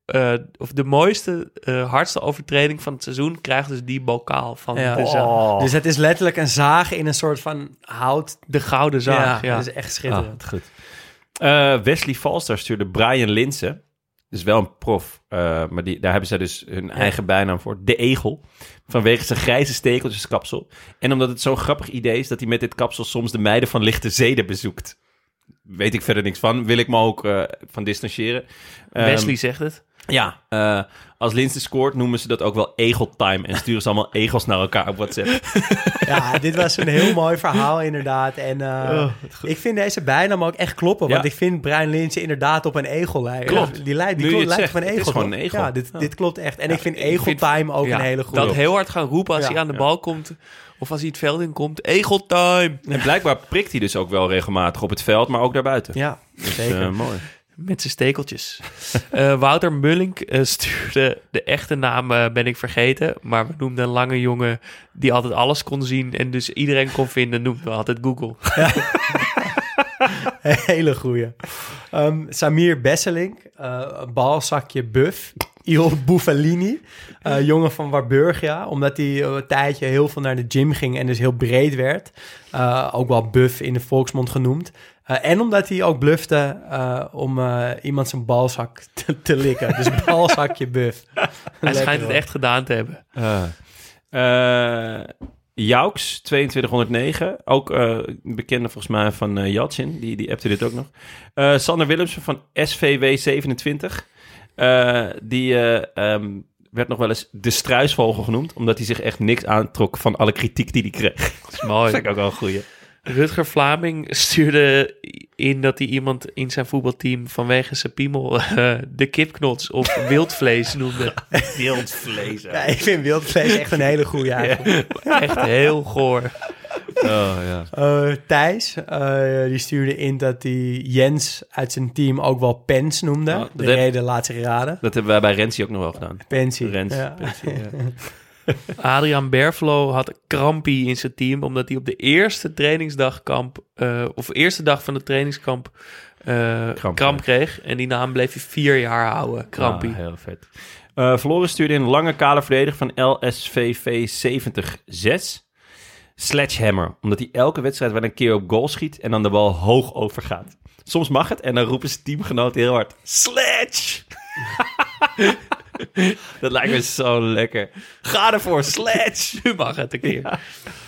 of de mooiste, hardste overtreding van het seizoen krijgt dus die bokaal van de zaag. Dus het is letterlijk een zaag in een soort van hout. De gouden zaag, ja. Dat is echt schitterend. Goed. Wesley Falster stuurde Brian Linsen. Dus wel een prof, maar daar hebben zij dus hun eigen bijnaam voor. De Egel. Vanwege zijn grijze stekeltjeskapsel. En omdat het zo'n grappig idee is dat hij met dit kapsel soms de meiden van lichte zeden bezoekt. Weet ik verder niks van. Wil ik me ook van distancieren. Wesley zegt het. Ja, als Linsen scoort noemen ze dat ook wel egeltime. En sturen ze allemaal egels naar elkaar op WhatsApp. Ja, dit was een heel mooi verhaal inderdaad. En ik vind deze bijnaam ook echt kloppen. Want ik vind Brian Linsen inderdaad op een egel lijken. Klopt. Die lijkt op een egel. Het is gewoon een egel. Ja, dit klopt echt. En ik vind egeltime ook een hele goede. Dat heel hard gaan roepen als hij aan de bal komt. Of als hij het veld in komt. Egeltime! En blijkbaar prikt hij dus ook wel regelmatig op het veld, maar ook daarbuiten. Ja, dus, zeker. Mooi. Met zijn stekeltjes. Wouter Mullink stuurde de echte naam, ben ik vergeten. Maar we noemden een lange jongen die altijd alles kon zien. En dus iedereen kon vinden, noemden we altijd Google. Ja. Hele goeie. Samir Besselink, balzakje Buff. Il Buffalini, jongen van Warburgia. Omdat hij een tijdje heel veel naar de gym ging en dus heel breed werd. Ook wel Buff in de volksmond genoemd. En omdat hij ook blufte om iemand zijn balzak te likken. Dus balzakje Buff. Hij schijnt het echt gedaan te hebben. Jouks, 2209. Ook bekende volgens mij van Yatsin. Die appte dit ook nog. Sander Willemsen van SVW27. Die werd nog wel eens de struisvogel genoemd. Omdat hij zich echt niks aantrok van alle kritiek die hij kreeg. Dat is mooi. Dat vind ik ook wel een goeie. Rutger Vlaming stuurde in dat hij iemand in zijn voetbalteam vanwege zijn piemel de kipknots of wildvlees noemde. Wildvlees. Ja, ik vind wildvlees echt een hele goeie eigenlijk. Ja, echt heel goor. Thijs, die stuurde in dat hij Jens uit zijn team ook wel Pens noemde. De reden laat zich raden. Dat hebben wij bij Rensie ook nog wel gedaan. Pensie. Rensie, ja. Adriaan Berflo had Krampie in zijn team, omdat hij op de eerste trainingsdagkamp, of eerste dag van het trainingskamp, kramp kreeg. En die naam bleef hij 4 jaar houden, Krampie. Ah, heel vet. Verloren stuurde in een lange kale verdediger van LSVV 70-6. Sledgehammer, omdat hij elke wedstrijd wel een keer op goal schiet en dan de bal hoog overgaat. Soms mag het en dan roepen zijn teamgenoten heel hard, Sledge! Dat lijkt me zo lekker. Ga ervoor, Sledge! Nu mag het een keer.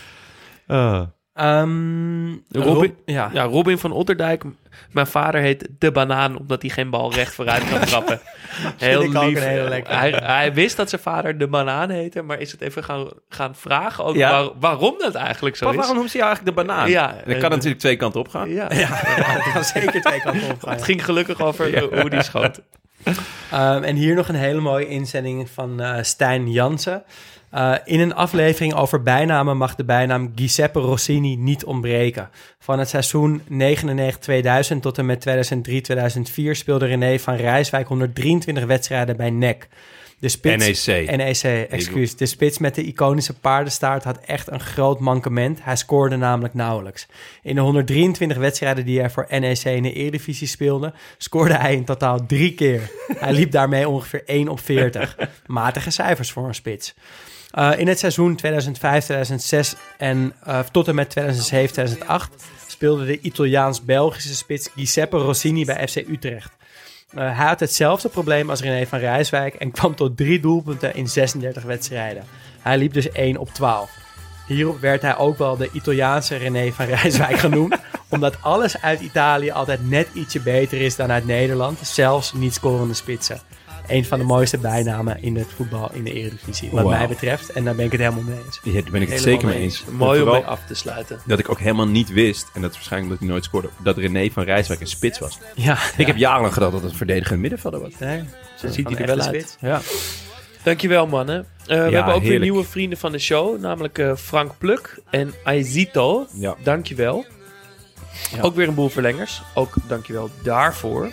Robin van Otterdijk. Mijn vader heet De Banaan, omdat hij geen bal recht vooruit kan trappen. Heel lief. Hij wist dat zijn vader De Banaan heette, maar is het even gaan vragen ook waarom dat eigenlijk zo is. Waarom noemt hij eigenlijk De Banaan? Ja, dat kan natuurlijk 2 kanten op gaan. Ja, dat kan zeker 2 kanten op gaan. Het ging gelukkig over hoe die schoot. En hier nog een hele mooie inzending van Stijn Jansen. In een aflevering over bijnamen mag de bijnaam Giuseppe Rossini niet ontbreken. Van het seizoen 99-2000 tot en met 2003-2004 speelde René van Rijswijk 123 wedstrijden bij NEC. De spits, NEC, excuus. De spits met de iconische paardenstaart had echt een groot mankement. Hij scoorde namelijk nauwelijks. In de 123 wedstrijden die hij voor NEC in de Eredivisie speelde, scoorde hij in totaal 3 keer. Hij liep daarmee ongeveer 1 op 40. Matige cijfers voor een spits. In het seizoen 2005-2006 en tot en met 2007-2008 speelde de Italiaans-Belgische spits Giuseppe Rossini bij FC Utrecht. Hij had hetzelfde probleem als René van Rijswijk en kwam tot 3 doelpunten in 36 wedstrijden. Hij liep dus 1 op 12. Hierop werd hij ook wel de Italiaanse René van Rijswijk genoemd, omdat alles uit Italië altijd net ietsje beter is dan uit Nederland, zelfs niet scorende spitsen. Een van de mooiste bijnamen in het voetbal in de Eredivisie, wat mij betreft. En daar ben ik het helemaal mee eens. Ja, daar ben ik het zeker mee eens. Mooi om mee af te sluiten. Dat ik ook helemaal niet wist, en dat is waarschijnlijk omdat hij nooit scoorde, dat René van Rijswijk een spits was. Ja, ik heb jarenlang gedacht dat het verdedigende middenvelder was. Nee, zo ziet hij er wel uit. Ja. Dankjewel, mannen. We hebben ook weer nieuwe vrienden van de show, namelijk Frank Pluk en Aizito. Ja. Dankjewel. Ja. Ook weer een boel verlengers. Ook dankjewel daarvoor.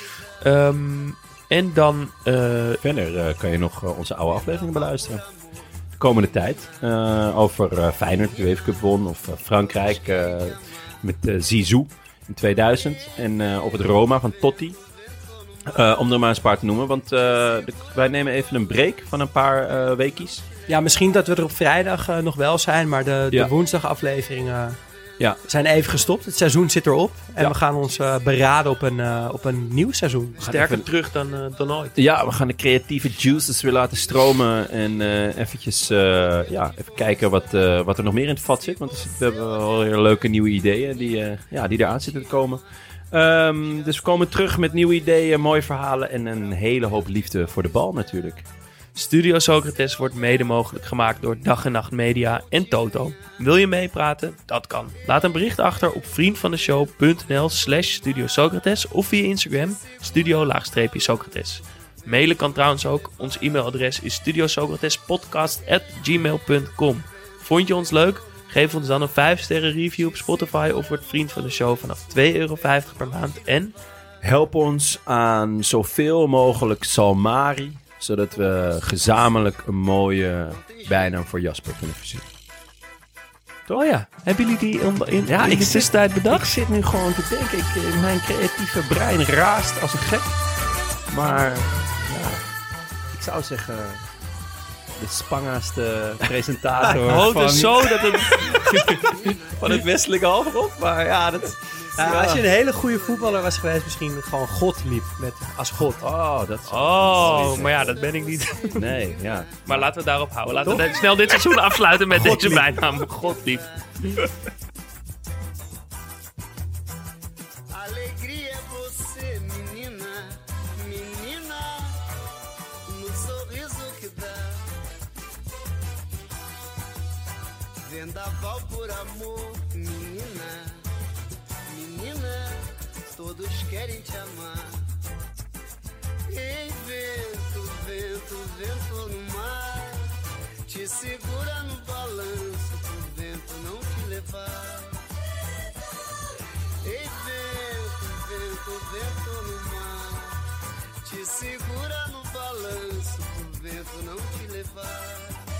En dan... Verder kan je nog onze oude afleveringen beluisteren. De komende tijd. Over Feyenoord, de UEFA Cup won. Of Frankrijk met Zizou in 2000. En op het Roma van Totti. Om er maar eens een paar te noemen. Want wij nemen even een break van een paar weekies. Ja, misschien dat we er op vrijdag nog wel zijn, maar de woensdagafleveringen zijn even gestopt. Het seizoen zit erop en we gaan ons beraden op een nieuw seizoen. Sterker terug dan ooit. Ja, we gaan de creatieve juices weer laten stromen en eventjes even kijken wat er nog meer in het vat zit. Want we hebben wel weer leuke nieuwe ideeën die eraan zitten te komen. Dus we komen terug met nieuwe ideeën, mooie verhalen en een hele hoop liefde voor de bal natuurlijk. Studio Socrates wordt mede mogelijk gemaakt door Dag en Nacht Media en Toto. Wil je meepraten? Dat kan. Laat een bericht achter op vriendvandeshow.nl/Studio Socrates of via Instagram studio-Socrates. Mailen kan trouwens ook. Ons e-mailadres is studiosocratespodcast@gmail.com. Vond je ons leuk? Geef ons dan een 5-sterren review op Spotify of word vriend van de show vanaf €2,50 per maand. En help ons aan zoveel mogelijk Salmari, zodat we gezamenlijk een mooie bijnaam voor Jasper kunnen verzinnen. Oh ja, hebben jullie die in de tussentijd bedacht? Ik zit nu gewoon te denken. Mijn creatieve brein raast als een gek. Maar ik zou zeggen, de spangaaste presentator dus zo dat het van het westelijke halfrond. Maar als je een hele goede voetballer was geweest, misschien gewoon God liep als God. Maar dat ben ik niet. Nee, ja. Maar laten we het daarop houden. Laten we snel dit seizoen afsluiten met deze bijnaam. God lief. Alegria é você, menina, menina, no sorriso que dá. Vendaval por amor, menina, menina, todos querem te amar. Ei, vento, vento, vento no mar, te segura no balanço pro vento não te levar. Ei, vento, vento, vento no mar, te segura no balanço pro vento não te levar.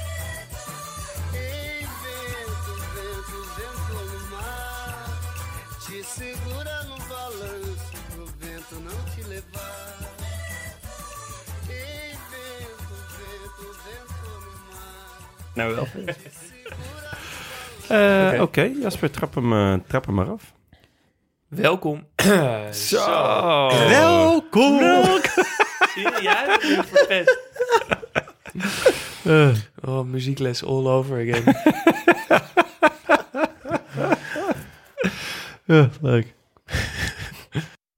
Ei, vento, vento, vento no mar, te segura no balanço pro vento não te levar. Ei, vento, vento, vento no mar. Nou wel. Oké, Jasper, trap hem maar af. Welkom. Zo. Welkom. Zie je, jij bent weer verpest. Muziekles all over again. Leuk.